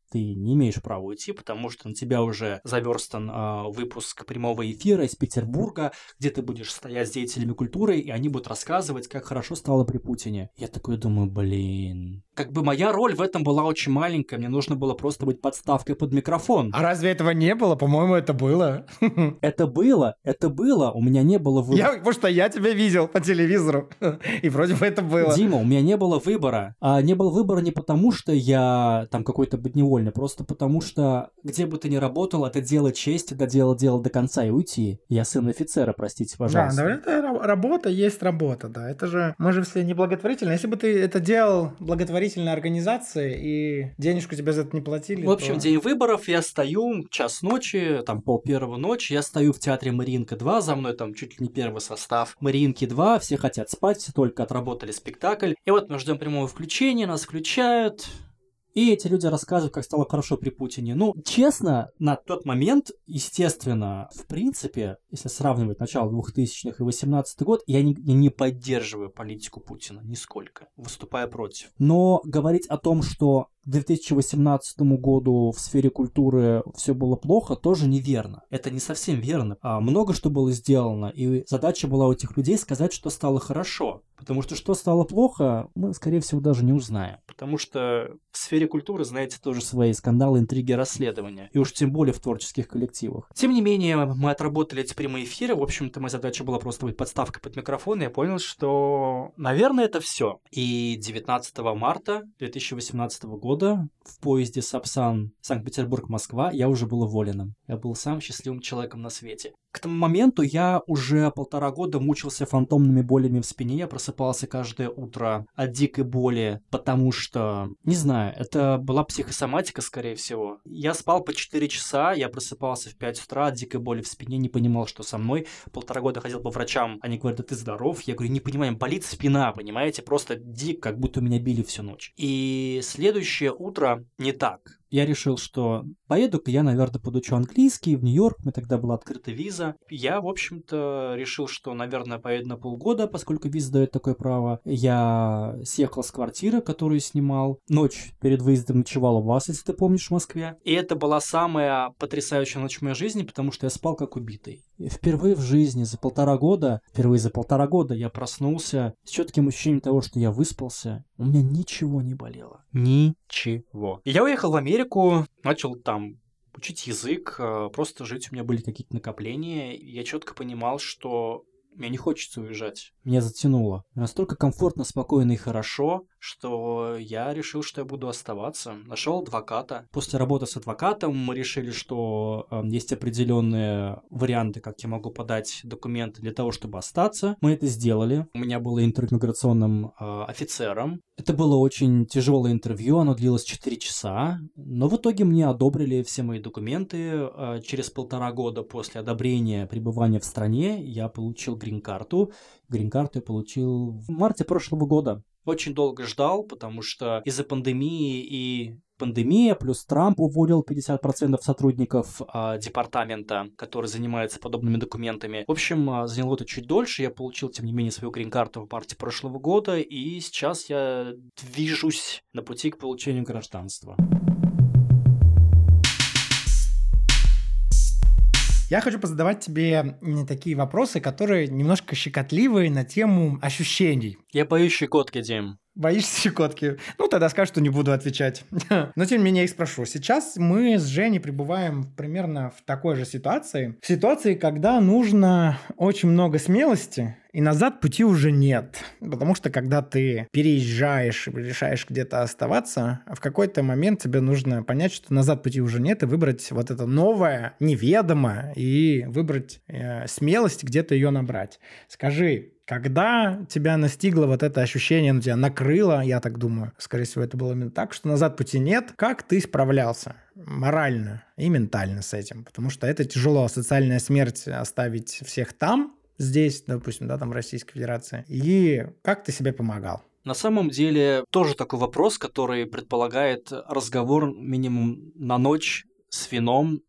A: ты не имеешь права уйти, потому что на тебя уже заверстан э, выпуск прямого эфира из Петербурга, где ты будешь стоять с деятелями культуры, и они будут рассказывать, как хорошо стало при Путине. Я такой думаю, блин... Как бы моя роль в этом была очень маленькая, мне нужно было просто быть подставкой под микрофон.
B: А разве этого не было? По-моему, это было.
A: Это было, это было, у меня не было выбора.
B: Я, потому что я тебя видел по телевизору, и вроде бы это было.
A: Дима, у меня не было выбора. А не было выбора не потому, что я там какой-то подневольный, просто потому что где бы ты ни работал, это дело чести, да дело дело до конца и уйти. Я сын офицера, простите, пожалуйста.
B: Да, да, это работа есть работа, да. Это же, мы же все не благотворительные. Если бы ты это делал благотворительной организации и денежку тебе за это не платили,
A: В общем,
B: то...
A: день выборов, я стою, час ночи, там пол первого ночи, я стою в театре Мариинка два, за мной там чуть ли не первый состав Мариинки два, все хотят спать, все только отработали спектакль. И вот мы ждем прямого включения, нас включают... И эти люди рассказывают, как стало хорошо при Путине. Ну, честно, на тот момент, естественно, в принципе, если сравнивать начало двухтысячных и восемнадцатый год, я не, я не поддерживаю политику Путина нисколько, выступая против. Но говорить о том, что к две тысячи восемнадцатому году в сфере культуры все было плохо, тоже неверно. Это не совсем верно. А много что было сделано, и задача была у этих людей сказать, что стало хорошо. Потому что что стало плохо, мы, скорее всего, даже не узнаем. Потому что в сфере культуры, знаете, тоже свои скандалы, интриги, расследования. И уж тем более в творческих коллективах. Тем не менее, мы отработали эти прямые эфиры. В общем-то, моя задача была просто быть подставкой под микрофон. И я понял, что, наверное, это все. И девятнадцатого марта две тысячи восемнадцатого года в поезде Сапсан Санкт-Петербург-Москва я уже был уволенным. Я был самым счастливым человеком на свете. К тому моменту я уже полтора года мучился фантомными болями в спине. Я просыпался каждое утро от дикой боли, потому что, не знаю, это была психосоматика, скорее всего. Я спал по четыре часа, я просыпался в пять утра от дикой боли в спине, не понимал, что со мной. Полтора года ходил по врачам, они говорят, да ты здоров. Я говорю, не понимаю, болит спина, понимаете, просто дик, как будто меня били всю ночь. И следующее утро не так. Я решил, что поеду-ка я, наверное, подучу английский в Нью-Йорк, мне тогда была открыта виза. Я, в общем-то, решил, что, наверное, поеду на полгода, поскольку виза дает такое право. Я съехал с квартиры, которую снимал. Ночь перед выездом ночевал у вас, если ты помнишь, в Москве. И это была самая потрясающая ночь в моей жизни, потому что я спал как убитый. И впервые в жизни за полтора года, впервые за полтора года я проснулся с четким ощущением того, что я выспался. У меня ничего не болело. Ничего. И я уехал в Америку, начал там учить язык, просто жить, у меня были какие-то накопления. Я четко понимал, что мне не хочется уезжать. Меня затянуло. Настолько комфортно, спокойно и хорошо, что я решил, что я буду оставаться. Нашел адвоката. После работы с адвокатом мы решили, что э, есть определенные варианты, как я могу подать документы для того, чтобы остаться. Мы это сделали. У меня было интервью с миграционным э, офицером. Это было очень тяжелое интервью, оно длилось четыре часа, но в итоге мне одобрили все мои документы. Э, через полтора года после одобрения пребывания в стране я получил грин-карту. Грин-карту я получил в марте прошлого года. Очень долго ждал, потому что из-за пандемии и пандемия, плюс Трамп уволил пятьдесят процентов сотрудников э, департамента, который занимается подобными документами. В общем, э, заняло это чуть дольше. Я получил, тем не менее, свою грин-карту в марте прошлого года, и сейчас я движусь на пути к получению гражданства.
B: Я хочу позадавать тебе такие вопросы, которые немножко щекотливые на тему ощущений.
A: Я боюсь щекотки, Дим.
B: Боишься щекотки? Ну, тогда скажу, что не буду отвечать. Но, тем не менее, я их спрошу. Сейчас мы с Женей пребываем примерно в такой же ситуации. В ситуации, когда нужно очень много смелости, и назад пути уже нет. Потому что, когда ты переезжаешь и решаешь где-то оставаться, в какой-то момент тебе нужно понять, что назад пути уже нет, и выбрать вот это новое, неведомое, и выбрать э, смелость где-то ее набрать. Скажи, когда тебя настигло вот это ощущение, ну, тебя накрыло, я так думаю, скорее всего, это было именно так, что назад пути нет, как ты справлялся морально и ментально с этим? Потому что это тяжело, социальная смерть, оставить всех там, здесь, допустим, да, там в Российской Федерации. И как ты себе помогал?
A: На самом деле, тоже такой вопрос, который предполагает разговор минимум на ночь с вином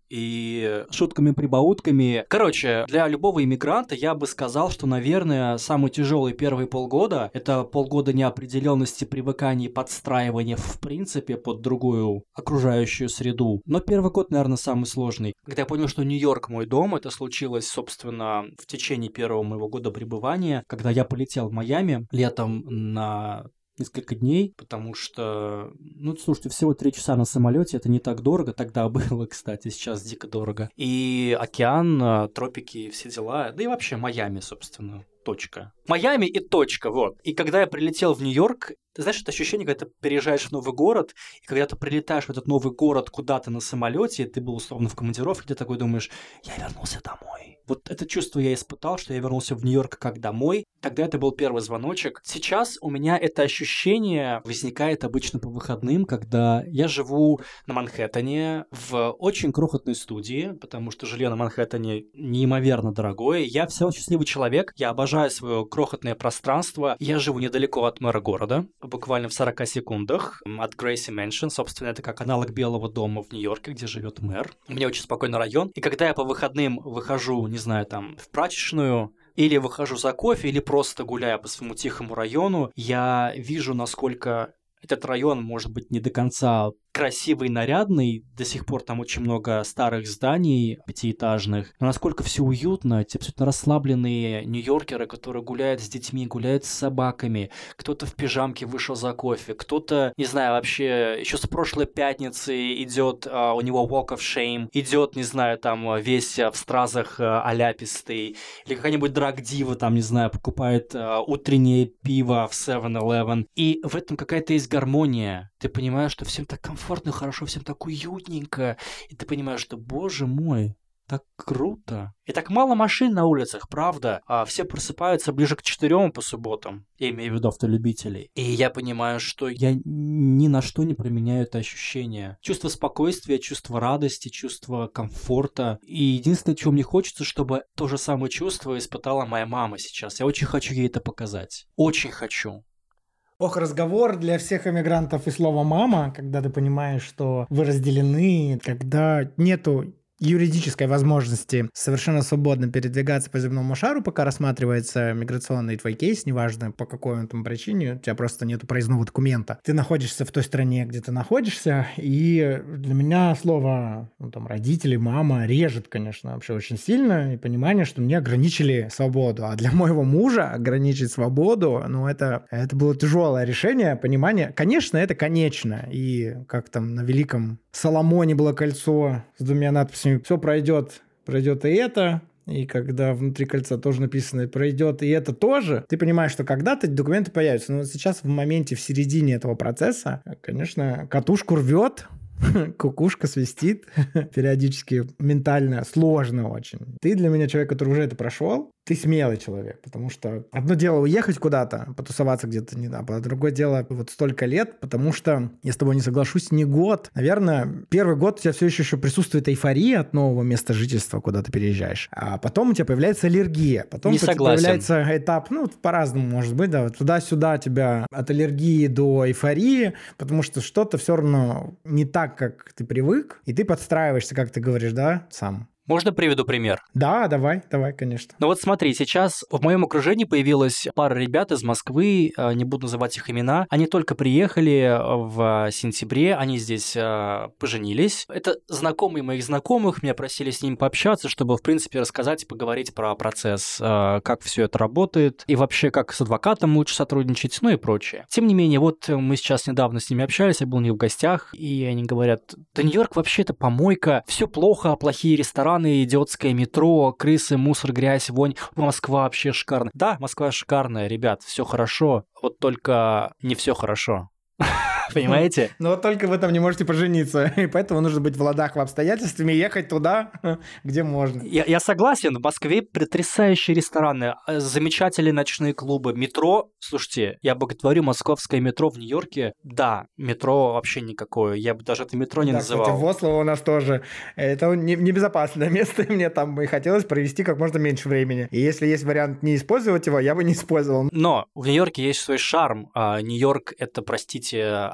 A: и шутками-прибаутками. Короче, для любого иммигранта я бы сказал, что, наверное, самый тяжелый первые полгода — это полгода неопределенности, привыкания, подстраивания в принципе под другую окружающую среду. Но первый год, наверное, самый сложный. Когда я понял, что Нью-Йорк мой дом, это случилось, собственно, в течение первого моего года пребывания, когда я полетел в Майами летом на несколько дней, потому что, ну, слушайте, всего три часа на самолете, это не так дорого, тогда было, кстати, сейчас дико дорого. И океан, тропики, все дела, да и вообще Майами, собственно, точка. Майами и точка, вот. И когда я прилетел в Нью-Йорк, ты знаешь, это ощущение, когда ты переезжаешь в новый город, и когда ты прилетаешь в этот новый город куда-то на самолете, ты был условно в командировке, ты такой думаешь, я вернулся домой. Вот это чувство я испытал, что я вернулся в Нью-Йорк как домой. Тогда это был первый звоночек. Сейчас у меня это ощущение возникает обычно по выходным, когда я живу на Манхэттене в очень крохотной студии, потому что жилье на Манхэттене неимоверно дорогое. Я все равно счастливый человек, я обожаю свое крохотное пространство. Я живу недалеко от мэра города, буквально в сорока секундах от Грейси Мэншн. Собственно, это как аналог Белого дома в Нью-Йорке, где живет мэр. У меня очень спокойный район. И когда я по выходным выхожу, не знаю, там, в прачечную, или выхожу за кофе, или просто гуляю по своему тихому району, я вижу, насколько этот район может быть не до конца красивый, нарядный, до сих пор там очень много старых зданий пятиэтажных, но насколько все уютно, эти абсолютно расслабленные нью-йоркеры, которые гуляют с детьми, гуляют с собаками, кто-то в пижамке вышел за кофе, кто-то, не знаю, вообще еще с прошлой пятницы идет, uh, у него walk of shame, идет, не знаю, там весь в стразах uh, аляпистый, или какая-нибудь драг-дива, там, не знаю, покупает uh, утреннее пиво в севен элевен, и в этом какая-то есть гармония. Ты понимаешь, что всем так комфортно, хорошо, всем так уютненько. И ты понимаешь, что, боже мой, так круто. И так мало машин на улицах, правда? А все просыпаются ближе к четырем по субботам. Я имею в виду автолюбителей. И я понимаю, что я ни на что не применяю это ощущение. Чувство спокойствия, чувство радости, чувство комфорта. И единственное, чего мне хочется, чтобы то же самое чувство испытала моя мама сейчас. Я очень хочу ей это показать. Очень хочу.
B: Ох, разговор для всех иммигрантов и слово «мама», когда ты понимаешь, что вы разделены, когда нету юридической возможности совершенно свободно передвигаться по земному шару, пока рассматривается миграционный твой кейс, неважно по какой он там причине, у тебя просто нету проездного документа. Ты находишься в той стране, где ты находишься, и для меня слово ну, там, родители, мама режет, конечно, вообще очень сильно, и понимание, что мне ограничили свободу. А для моего мужа ограничить свободу, ну, это, это было тяжелое решение, понимание. Конечно, это конечно, и как там на Великом Соломоне было кольцо с двумя надписями «Все пройдет, пройдет и это». И когда внутри кольца тоже написано «пройдет и это тоже», ты понимаешь, что когда-то эти документы появятся. Но вот сейчас в моменте, в середине этого процесса, конечно, катушку рвет, кукушка свистит, периодически ментально сложно очень. Ты для меня человек, который уже это прошел, ты смелый человек, потому что одно дело уехать куда-то, потусоваться где-то, не знаю, а другое дело вот столько лет, потому что, я с тобой не соглашусь, не год. Наверное, первый год у тебя все еще, еще присутствует эйфория от нового места жительства, куда ты переезжаешь, а потом у тебя появляется аллергия, потом
A: не согласен.
B: Появляется этап, ну, по-разному может быть, да, вот туда-сюда тебя от аллергии до эйфории, потому что что-то все равно не так, как ты привык, и ты подстраиваешься, как ты говоришь, да, сам.
A: Можно приведу пример?
B: Да, давай, давай, конечно.
A: Ну вот смотри, сейчас в моем окружении появилась пара ребят из Москвы, не буду называть их имена. Они только приехали в сентябре, они здесь поженились. Это знакомые моих знакомых, меня просили с ними пообщаться, чтобы, в принципе, рассказать и поговорить про процесс, как все это работает, и вообще, как с адвокатом лучше сотрудничать, ну и прочее. Тем не менее, вот мы сейчас недавно с ними общались, я был у них в гостях, и они говорят, да Нью-Йорк вообще-то помойка, все плохо, плохие рестораны, идиотское метро, крысы, мусор, грязь, вонь. Москва вообще шикарная. Да, Москва шикарная, ребят, все хорошо, вот только не все хорошо. Понимаете?
B: Но только вы там не можете пожениться, и поэтому нужно быть в ладах в обстоятельствах и ехать туда, где можно.
A: Я, я согласен, в Москве потрясающие рестораны, замечательные ночные клубы, метро. Слушайте, я боготворю московское метро в Нью-Йорке. Да, метро вообще никакое, я бы даже это метро не
B: да,
A: называл.
B: Кстати, в Осло у нас тоже. Это небезопасное место, и мне там и хотелось провести как можно меньше времени. И если есть вариант не использовать его, я бы не использовал.
A: Но в Нью-Йорке есть свой шарм. Нью-Йорк — это, простите,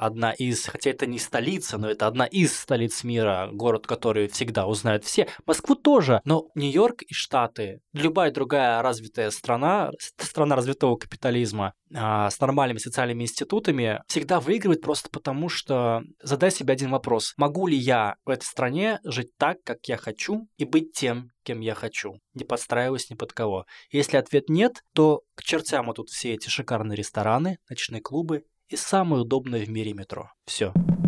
A: одна из, хотя это не столица, но это одна из столиц мира, город, который всегда узнают все. Москву тоже, но Нью-Йорк и Штаты, любая другая развитая страна, страна развитого капитализма, с нормальными социальными институтами, всегда выигрывает просто потому, что задай себе один вопрос. Могу ли я в этой стране жить так, как я хочу, и быть тем, кем я хочу, не подстраиваясь ни под кого? Если ответ нет, то к чертям тут все эти шикарные рестораны, ночные клубы и самое удобное в мире метро. Все.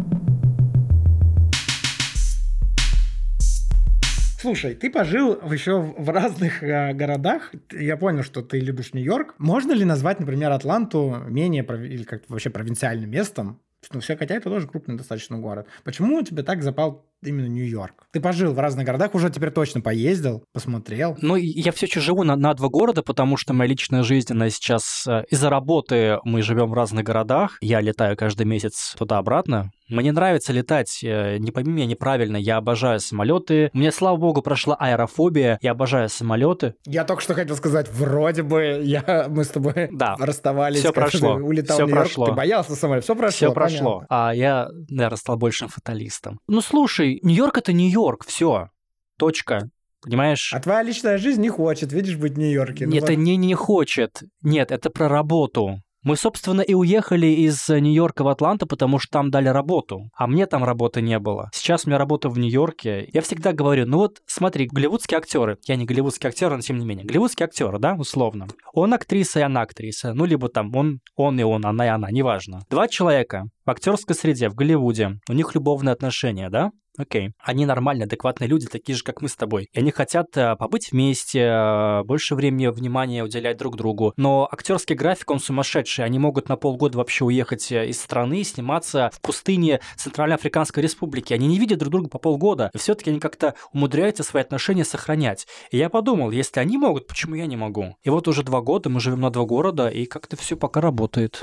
B: Слушай, ты пожил еще в разных э, городах. Я понял, что ты любишь Нью-Йорк. Можно ли назвать, например, Атланту менее прови- или как вообще провинциальным местом? Ну, все, хотя это тоже крупный достаточно город. Почему тебе так запал именно Нью-Йорк? Ты пожил в разных городах, уже теперь точно поездил, посмотрел.
A: Ну, я все еще живу на, на два города, потому что моя личная жизнь, она сейчас... Из-за работы мы живем в разных городах. Я летаю каждый месяц туда-обратно. Мне нравится летать, не пойми меня неправильно, я обожаю самолеты. У меня, слава богу, прошла аэрофобия, я обожаю самолеты.
B: Я только что хотел сказать, вроде бы я, мы с тобой
A: да,
B: расставались,
A: все прошло,
B: улетал
A: все
B: в Нью-Йорк,
A: прошло.
B: Ты боялся самолета, все прошло.
A: Все прошло, а я, наверное, стал большим фаталистом. Ну, слушай, Нью-Йорк — это Нью-Йорк, все, точка. Понимаешь?
B: А твоя личная жизнь не хочет, видишь, быть в Нью-Йорке.
A: Нет, это не не хочет. Нет, это про работу. Мы, собственно, и уехали из Нью-Йорка в Атланту, потому что там дали работу, а мне там работы не было. Сейчас у меня работа в Нью-Йорке. Я всегда говорю, ну вот смотри, голливудские актеры, я не голливудский актер, но тем не менее, голливудские актеры, да, условно. Он актриса и она актриса, ну либо там он, он и он, она и она, неважно. Два человека в актерской среде в Голливуде, у них любовные отношения, да? Окей. Они нормальные, адекватные люди, такие же, как мы с тобой. И они хотят побыть вместе, больше времени, внимания уделять друг другу. Но актерский график, он сумасшедший. Они могут на полгода вообще уехать из страны, сниматься в пустыне Центральноафриканской Республики. Они не видят друг друга по полгода. И все-таки они как-то умудряются свои отношения сохранять. И я подумал, если они могут, почему я не могу? И вот уже два года мы живем на два города, и как-то все пока работает.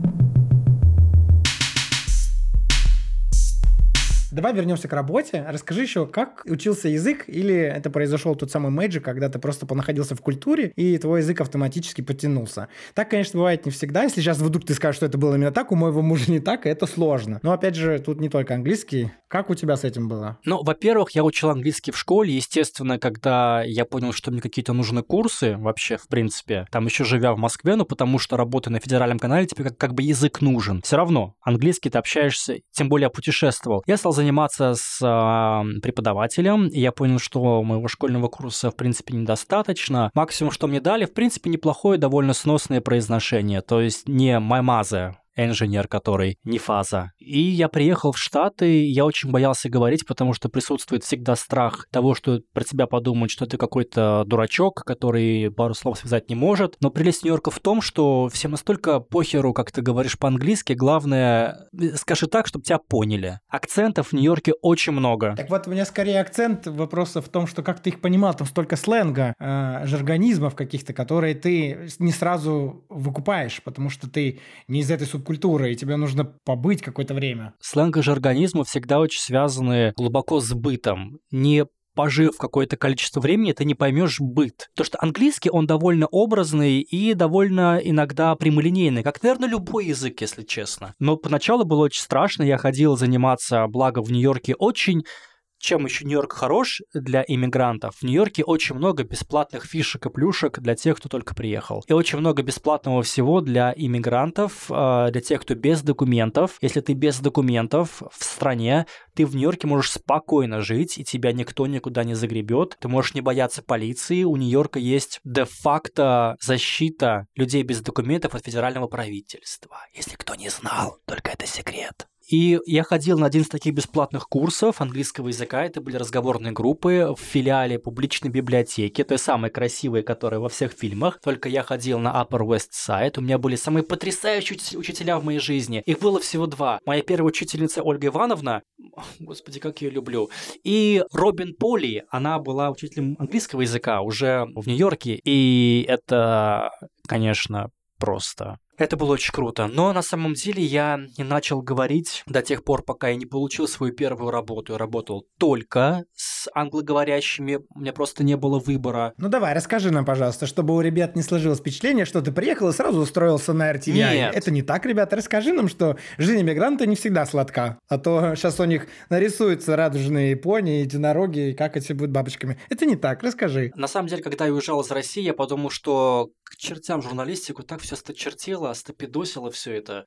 B: Давай вернемся к работе. Расскажи еще, как учился язык, или это произошел тот самый мэджик, когда ты просто понаходился в культуре, и твой язык автоматически подтянулся. Так, конечно, бывает не всегда. Если сейчас вдруг ты скажешь, что это было именно так, у моего мужа не так, и это сложно. Но, опять же, тут не только английский. Как у тебя с этим было?
A: Ну, во-первых, я учил английский в школе. Естественно, когда я понял, что мне какие-то нужны курсы, вообще, в принципе, там еще живя в Москве, ну, потому что работая на федеральном канале, тебе как, как бы язык нужен. Все равно, английский ты общаешься, тем более я путешествовал. Я стал заниматься с э, преподавателем, и я понял, что моего школьного курса, в принципе, недостаточно. Максимум, что мне дали, в принципе, неплохое, довольно сносное произношение, то есть не маймазе, инженер, который не фаза. И я приехал в Штаты, я очень боялся говорить, потому что присутствует всегда страх того, что про тебя подумают, что ты какой-то дурачок, который пару слов связать не может. Но прелесть Нью-Йорка в том, что всем настолько похеру, как ты говоришь по-английски, главное, скажи так, чтобы тебя поняли. Акцентов в Нью-Йорке очень много.
B: Так вот, у меня скорее акцент вопроса в том, что как ты их понимал, там столько сленга, э, жаргонизмов каких-то, которые ты не сразу выкупаешь, потому что ты не из этой субкультуры, культуры, и тебе нужно побыть какое-то время.
A: Сленг и жаргонизмы всегда очень связаны глубоко с бытом. Не пожив какое-то количество времени, ты не поймешь быт. Потому что английский, он довольно образный и довольно иногда прямолинейный, как, наверное, любой язык, если честно. Но поначалу было очень страшно. Я ходил заниматься, благо в Нью-Йорке очень... Чем еще Нью-Йорк хорош для иммигрантов? В Нью-Йорке очень много бесплатных фишек и плюшек для тех, кто только приехал. И очень много бесплатного всего для иммигрантов, для тех, кто без документов. Если ты без документов в стране, ты в Нью-Йорке можешь спокойно жить, и тебя никто никуда не загребет. Ты можешь не бояться полиции. У Нью-Йорка есть де-факто защита людей без документов от федерального правительства. Если кто не знал, только это секрет. И я ходил на один из таких бесплатных курсов английского языка. Это были разговорные группы в филиале публичной библиотеки, той самой красивой, которая во всех фильмах. Только я ходил на Upper West Side. У меня были самые потрясающие учителя в моей жизни. Их было всего два. Моя первая учительница Ольга Ивановна, господи, как я ее люблю, и Робин Поли. Она была учителем английского языка уже в Нью-Йорке. И это, конечно... просто Это было очень круто. Но на самом деле я не начал говорить до тех пор, пока я не получил свою первую работу. Я работал только с англоговорящими, у меня просто не было выбора.
B: Ну давай, расскажи нам, пожалуйста, чтобы у ребят не сложилось впечатление, что ты приехал и сразу устроился на эр ти ви ай.
A: Нет.
B: Это не так, ребята. Расскажи нам, что жизнь иммигранта не всегда сладка. А то сейчас у них нарисуются радужные пони, единороги, и как эти будут бабочками. Это не так, расскажи.
A: На самом деле, когда я уезжал из России, я подумал, что к чертям журналистику так все сточертело, стопидосило все это.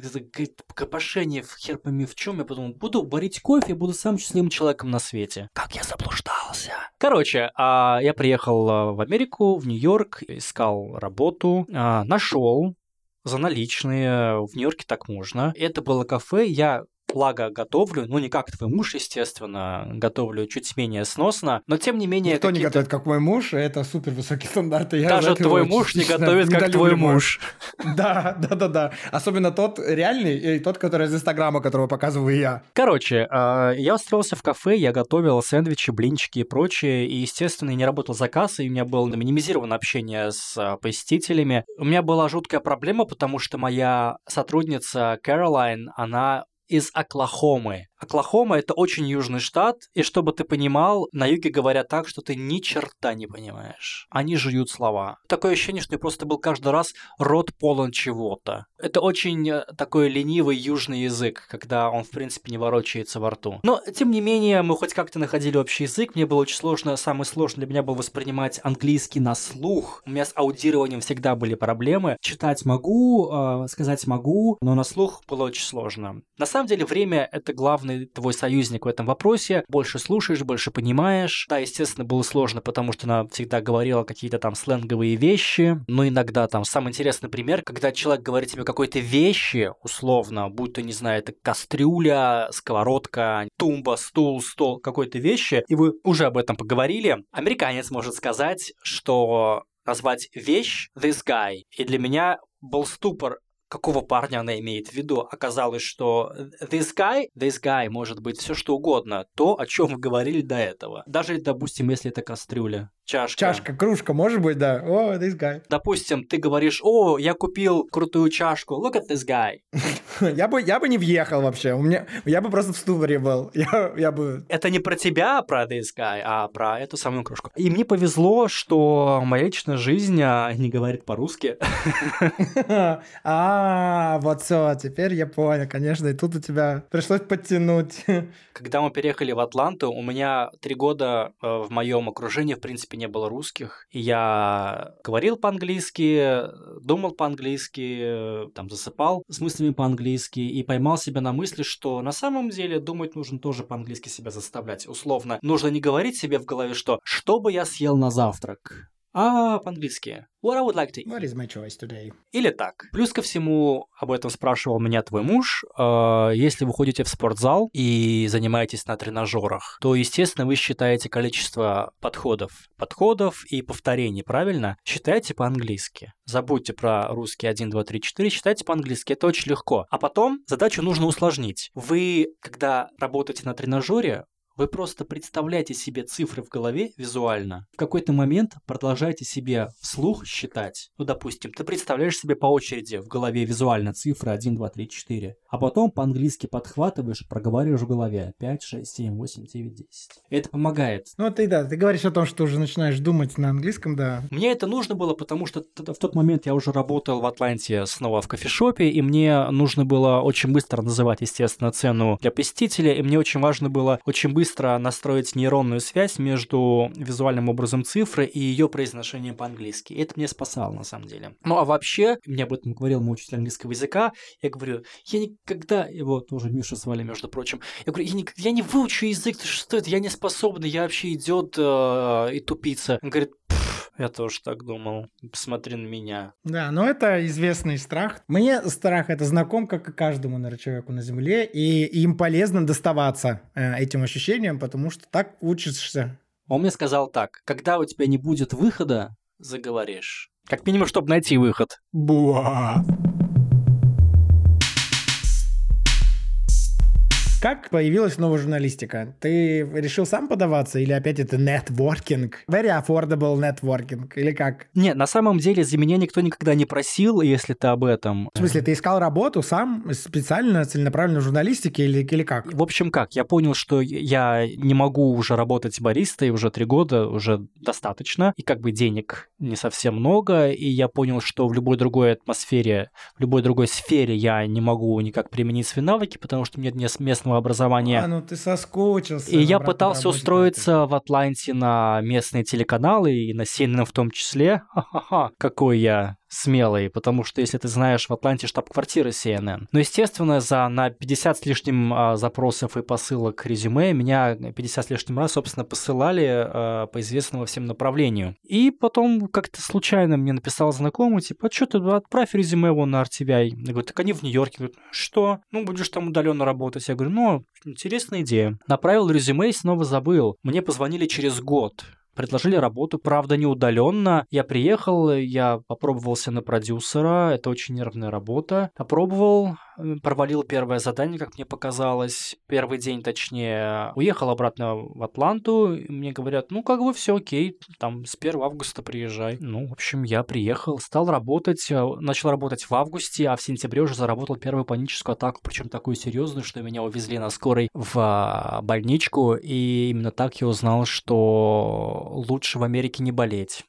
A: Копошение в хер пойми в чем. Я подумал, буду варить кофе, буду самым счастливым человеком на свете. Как я заблуждался. Короче, я приехал в Америку, в Нью-Йорк, искал работу, нашел за наличные. В Нью-Йорке так можно. Это было кафе, я... Благо готовлю, ну не как твой муж, естественно, готовлю чуть менее сносно, но тем не менее...
B: Никто не готовит, как мой муж, и это супер высокие стандарты. Я
A: Даже твой муж не готовит, как твой муж.
B: Да, да, да, да. Особенно тот реальный и тот, который из Инстаграма, которого показываю я.
A: Короче, я устроился в кафе, я готовил сэндвичи, блинчики и прочее, и, естественно, я не работал за кассой, у меня было минимизировано общение с посетителями. У меня была жуткая проблема, потому что моя сотрудница Кэролайн, она из Оклахомы. Оклахома — это очень южный штат, и чтобы ты понимал, на юге говорят так, что ты ни черта не понимаешь. Они жуют слова. Такое ощущение, что я просто был каждый раз рот полон чего-то. Это очень такой ленивый южный язык, когда он, в принципе, не ворочается во рту. Но, тем не менее, мы хоть как-то находили общий язык. Мне было очень сложно, самое сложное для меня было воспринимать английский на слух. У меня с аудированием всегда были проблемы. Читать могу, э, сказать могу, но на слух было очень сложно. На самом деле, время — это главный твой союзник в этом вопросе. Больше слушаешь, больше понимаешь. Да, естественно, было сложно, потому что она всегда говорила какие-то там сленговые вещи. Но иногда там самый интересный пример, когда человек говорит тебе какой-то вещи, условно, будь то, не знаю, это кастрюля, сковородка, тумба, стул, стол, какой-то вещи, и вы уже об этом поговорили, американец может сказать, что назвать вещь this guy. И для меня был ступор, какого парня она имеет в виду. Оказалось, что this guy, this guy может быть все что угодно, то, о чем вы говорили до этого. Даже, допустим, если это кастрюля, чашка.
B: Чашка, кружка, может быть, да. О, this guy.
A: Допустим, ты говоришь, о, я купил крутую чашку, look at this guy.
B: я, бы, я бы не въехал вообще, у меня, я бы просто в ступоре был. Я, я бы...
A: Это не про тебя, про this guy, а про эту самую кружку. И мне повезло, что моя личная жизнь не говорит по-русски.
B: А, вот все, теперь я понял, конечно, и тут у тебя пришлось подтянуть.
A: Когда мы переехали в Атланту, у меня три года в моем окружении, в принципе, не было русских. И я говорил по-английски, думал по-английски, там, засыпал с мыслями по-английски и поймал себя на мысли, что на самом деле думать нужно тоже по-английски себя заставлять. Условно, нужно не говорить себе в голове, что «что бы я съел на завтрак?», а по-английски «What I would like to eat».
B: What is my choice today?
A: Или так. Плюс ко всему, об этом спрашивал меня твой муж. Э, если вы ходите в спортзал и занимаетесь на тренажерах, то, естественно, вы считаете количество подходов. Подходов и повторений, правильно? Считайте по-английски. Забудьте про русский один, два, три, четыре, считайте по-английски. Это очень легко. А потом задачу нужно усложнить. Вы, когда работаете на тренажере, вы просто представляете себе цифры в голове визуально. В какой-то момент продолжаете себе вслух считать. Ну, допустим, ты представляешь себе по очереди в голове визуально цифры один, два, три, четыре. А потом по-английски подхватываешь и проговариваешь в голове пять, шесть, семь, восемь, девять, десять. И это помогает.
B: Ну, ты да, ты говоришь о том, что уже начинаешь думать на английском, да.
A: Мне это нужно было, потому что в тот момент я уже работал в Атланте снова в кофешопе, и мне нужно было очень быстро называть, естественно, цену для посетителя, и мне очень важно было очень быстро быстро настроить нейронную связь между визуальным образом цифры и ее произношением по-английски. И это меня спасало, на самом деле. Ну, а вообще, мне об этом говорил мой учитель английского языка, я говорю, я никогда, его тоже Миша звали, между прочим, я говорю, я не, я не выучу язык, что это, я не способный, я вообще идиот э, и тупица. Он говорит, я тоже так думал. Посмотри на меня.
B: Да, но это известный страх. Мне страх это знаком, как и каждому, наверное, человеку на Земле, и им полезно доставаться э, этим ощущениям, потому что так учишься.
A: Он мне сказал так, когда у тебя не будет выхода, заговоришь. Как минимум, чтобы найти выход.
B: Буа. Как появилась новая журналистика? Ты решил сам подаваться или опять это нетворкинг? Very affordable networking или как?
A: Не, на самом деле за меня никто никогда не просил, если ты об этом.
B: В смысле, ты искал работу сам специально, целенаправленно в журналистике или, или как?
A: В общем, как? Я понял, что я не могу уже работать баристой уже три года, уже достаточно, и как бы денег не совсем много, и я понял, что в любой другой атмосфере, в любой другой сфере я не могу никак применить свои навыки, потому что у меня нет местного образования.
B: А, ну ты соскучился.
A: И я пытался устроиться в Атланте на местные телеканалы, и на си эн эн в том числе. Ха-ха-ха, какой я смелый, потому что, если ты знаешь, в Атланте штаб-квартира си эн эн. Но, естественно, за на пятьдесят с лишним а, запросов и посылок резюме меня пятьдесят с лишним раз, собственно, посылали а, по известному всем направлению. И потом как-то случайно мне написал знакомый, типа, а что ты, отправь резюме вон на ар ти ви ай. Я говорю, так они в Нью-Йорке. Говорят, что? Ну, будешь там удаленно работать. Я говорю, ну, интересная идея. Направил резюме и снова забыл. Мне позвонили через год. Предложили работу, правда, не удаленно. Я приехал, я попробовался на продюсера, это очень нервная работа. Попробовал, провалил первое задание, как мне показалось, первый день точнее. Уехал обратно в Атланту, и мне говорят, ну, как бы все окей, там, с первого августа приезжай. Ну, в общем, я приехал, стал работать, начал работать в августе, а в сентябре уже заработал первую паническую атаку, причем такую серьезную, что меня увезли на скорой в больничку, и именно так я узнал, что лучше в Америке не болеть.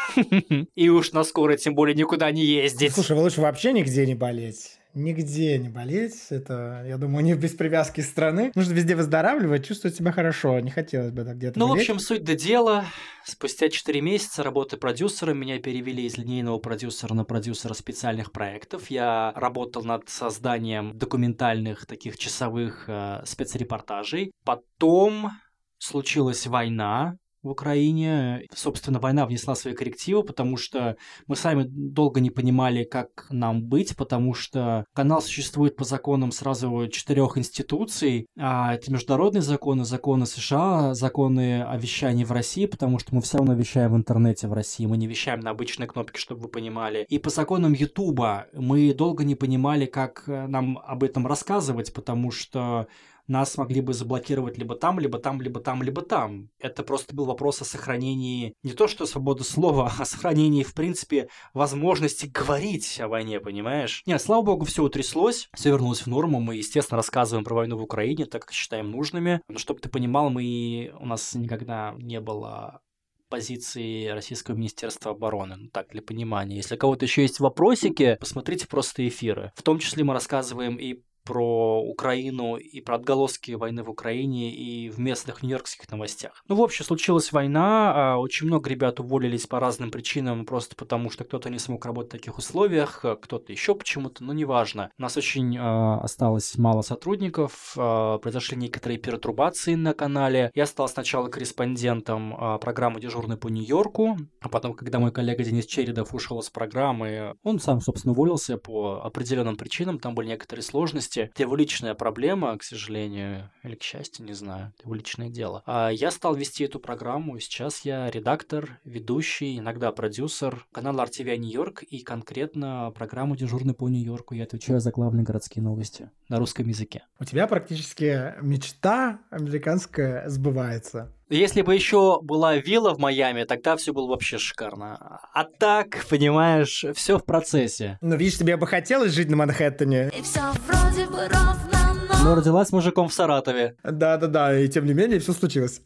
A: И уж на скорой тем более никуда не ездить.
B: Слушай, лучше вообще нигде не болеть. Нигде не болеть. Это, я думаю, не без привязки страны. Нужно везде выздоравливать, чувствовать себя хорошо. Не хотелось бы так где-то
A: Ну,
B: болеть.
A: в общем, суть до дела. Спустя четыре месяца работы продюсером меня перевели из линейного продюсера на продюсера специальных проектов. Я работал над созданием документальных таких часовых э, спецрепортажей. Потом случилась война в Украине. Собственно, война внесла свои коррективы, потому что мы сами долго не понимали, как нам быть, потому что канал существует по законам сразу четырех институций. А это международные законы, законы США, законы о вещании в России, потому что мы все равно вещаем в интернете в России, мы не вещаем на обычные кнопки, чтобы вы понимали. И по законам Ютуба мы долго не понимали, как нам об этом рассказывать, потому что нас могли бы заблокировать либо там, либо там, либо там, либо там. Это просто был вопрос о сохранении не то что свободы слова, а о сохранении, в принципе, возможности говорить о войне, понимаешь? Нет, слава богу, все утряслось, все вернулось в норму. Мы, естественно, рассказываем про войну в Украине, так как считаем нужными. Но чтобы ты понимал, мы... у нас никогда не было позиции Российского Министерства обороны. Ну, так, для понимания. Если у кого-то еще есть вопросики, посмотрите просто эфиры. В том числе мы рассказываем и про Украину, и про отголоски войны в Украине, и в местных нью-йоркских новостях. Ну, в общем, случилась война, очень много ребят уволились по разным причинам, просто потому что кто-то не смог работать в таких условиях, кто-то еще почему-то, но неважно. У нас очень э, осталось мало сотрудников, э, произошли некоторые пертурбации на канале. Я стал сначала корреспондентом э, программы «Дежурный по Нью-Йорку», а потом, когда мой коллега Денис Чередов ушел с программы, он сам, собственно, уволился по определенным причинам, там были некоторые сложности. Это его личная проблема, к сожалению, или к счастью, не знаю, это его личное дело. А я стал вести эту программу, и сейчас я редактор, ведущий, иногда продюсер канала ар ти ви ай Нью-Йорк и конкретно программу «Дежурный по Нью-Йорку». Я отвечаю за главные городские новости на русском языке.
B: У тебя практически мечта американская сбывается.
A: Если бы еще была вилла в Майами, тогда все было вообще шикарно. А так, понимаешь, все в процессе.
B: Ну, видишь, тебе бы хотелось жить на Манхэттене.
D: И все вроде бы ровно, но...
A: Но родилась мужиком в Саратове.
B: Да-да-да, и тем не менее все случилось.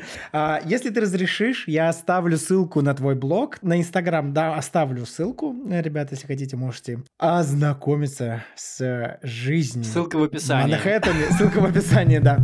B: Если ты разрешишь, я оставлю ссылку на твой блог, на Инстаграм, да, оставлю ссылку. Ребята, если хотите, можете ознакомиться с жизнью.
A: Ссылка в описании.
B: На Манхэттене, ссылка в описании, да.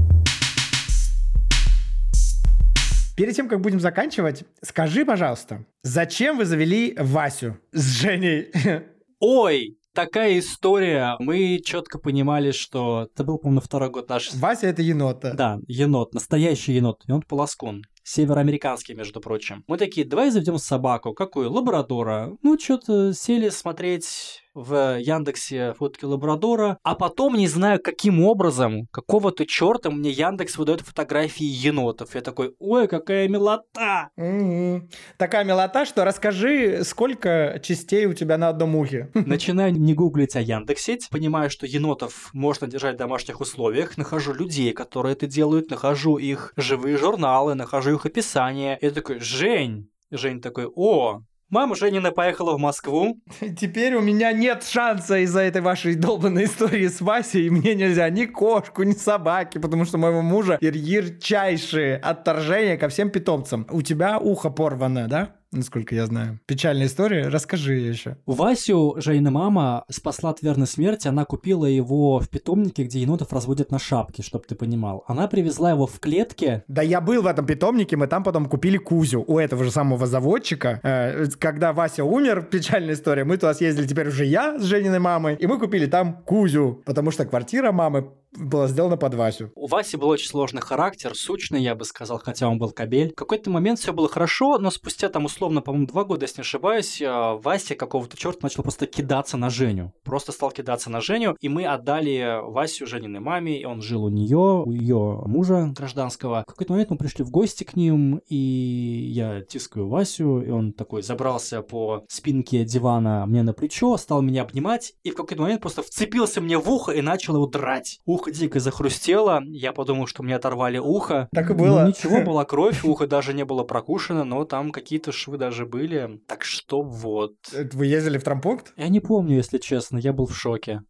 B: Перед тем, как будем заканчивать, скажи, пожалуйста, зачем вы завели Васю с Женей?
A: Ой, такая история. Мы четко понимали, что это был, по-моему, второй год наш...
B: Вася — это енот.
A: Да, енот, настоящий енот. И он полоскун. Североамериканский, между прочим. Мы такие, давай заведем собаку. Какую? Лабрадора. Ну, что-то сели смотреть в Яндексе фотки лабрадора, а потом, не знаю каким образом, какого-то черта мне Яндекс выдает фотографии енотов. Я такой, ой, какая милота!
B: Mm-hmm. Такая милота, что расскажи, сколько частей у тебя на одном ухе.
A: Начинаю не гуглить, а яндексить. Понимаю, что енотов можно держать в домашних условиях. Нахожу людей, которые это делают. Нахожу их живые журналы, нахожу их описание. Я такой, Жень! Жень такой, о, мама Женина поехала в Москву.
B: Теперь у меня нет шанса из-за этой вашей долбанной истории с Васей. И мне нельзя ни кошку, ни собаки, потому что у моего мужа ярчайшее отторжение ко всем питомцам. У тебя ухо порвано, да? Насколько я знаю. Печальная история. Расскажи еще.
E: Васю Женина мама спасла от верной смерти. Она купила его в питомнике, где енотов разводят на шапке, чтобы ты понимал. Она привезла его в клетке.
B: Да я был в этом питомнике, мы там потом купили Кузю у этого же самого заводчика. Когда Вася умер, печальная история, мы туда съездили теперь уже я с Жениной мамой, и мы купили там Кузю, потому что квартира мамы была сделана под Васю.
A: У Васи был очень сложный характер, сущный, я бы сказал, хотя он был кобель. В какой-то момент все было хорошо, но спустя там условно, по-моему, два года, если не ошибаюсь, Вася какого-то черта начал просто кидаться на Женю. Просто стал кидаться на Женю, и мы отдали Васю Жениной маме, и он жил у нее, у ее мужа гражданского. В какой-то момент мы пришли в гости к ним, и я тискаю Васю, и он такой забрался по спинке дивана мне на плечо, стал меня обнимать, и в какой-то момент просто вцепился мне в ухо и начал его драть. Ухо дико захрустело, я подумал, что мне оторвали ухо.
B: Так и было.
A: Ну, ничего, была кровь, ухо даже не было прокушено, но там какие-то швы даже были. Так что вот.
B: Вы ездили в травмпункт?
A: Я не помню, если честно, я был в шоке.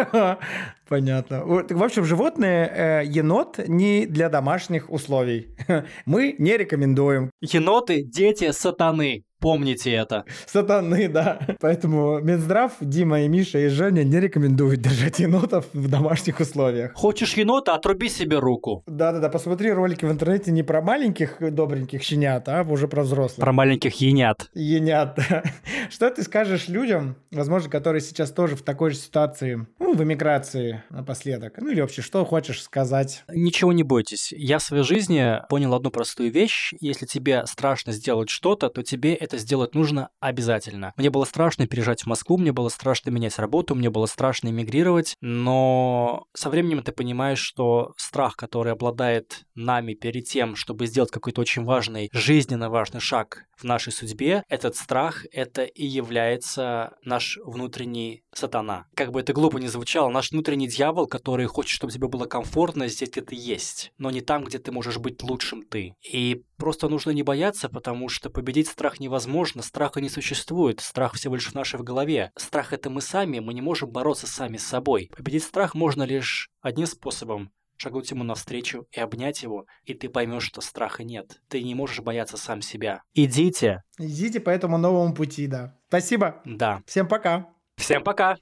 B: Понятно. В общем, животные, э, енот не для домашних условий. Мы не рекомендуем.
A: Еноты – дети сатаны. Помните это.
B: Сатаны, да. Поэтому Минздрав, Дима и Миша и Женя не рекомендуют держать енотов в домашних условиях.
A: Хочешь енота, отруби себе руку.
B: Да-да-да, посмотри ролики в интернете не про маленьких добреньких щенят, а уже про взрослых.
A: Про маленьких енят.
B: Енят, да. Что ты скажешь людям, возможно, которые сейчас тоже в такой же ситуации, ну, в эмиграции напоследок, ну или вообще, что хочешь сказать?
A: Ничего не бойтесь. Я в своей жизни понял одну простую вещь. Если тебе страшно сделать что-то, то тебе это сделать нужно обязательно. Мне было страшно переезжать в Москву, мне было страшно менять работу, мне было страшно эмигрировать, но со временем ты понимаешь, что страх, который обладает нами перед тем, чтобы сделать какой-то очень важный, жизненно важный шаг в нашей судьбе, этот страх — это и является наш внутренний сатана. Как бы это глупо ни звучало, наш внутренний дьявол, который хочет, чтобы тебе было комфортно здесь, где ты есть, но не там, где ты можешь быть лучшим ты. И просто нужно не бояться, потому что победить страх невозможно, страха не существует, страх всего лишь в нашей в голове. Страх — это мы сами, мы не можем бороться сами с собой. Победить страх можно лишь одним способом — шагнуть ему навстречу и обнять его, и ты поймешь, что страха нет. Ты не можешь бояться сам себя. Идите.
B: Идите по этому новому пути, да. Спасибо.
A: Да.
B: Всем пока.
A: Всем пока.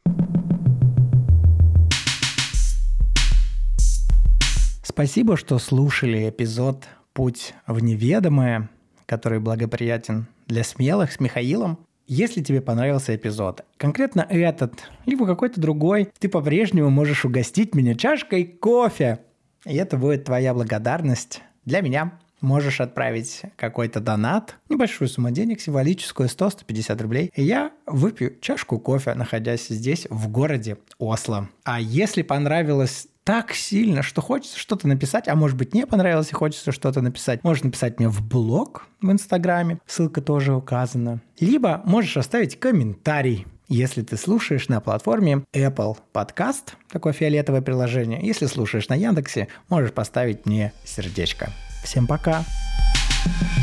B: Спасибо, что слушали эпизод «Путь в неведомое», который благоприятен для смелых с Михаилом. Если тебе понравился эпизод, конкретно этот, либо какой-то другой, ты по-прежнему можешь угостить меня чашкой кофе. И это будет твоя благодарность для меня. Можешь отправить какой-то донат, небольшую сумму денег, символическую, сто - сто пятьдесят рублей. И я выпью чашку кофе, находясь здесь, в городе Осло. А если понравилось так сильно, что хочется что-то написать, а может быть не понравилось и хочется что-то написать, можешь написать мне в блог в Инстаграме, ссылка тоже указана. Либо можешь оставить комментарий, если ты слушаешь на платформе Apple Podcast, такое фиолетовое приложение. Если слушаешь на Яндексе, можешь поставить мне сердечко. Всем пока!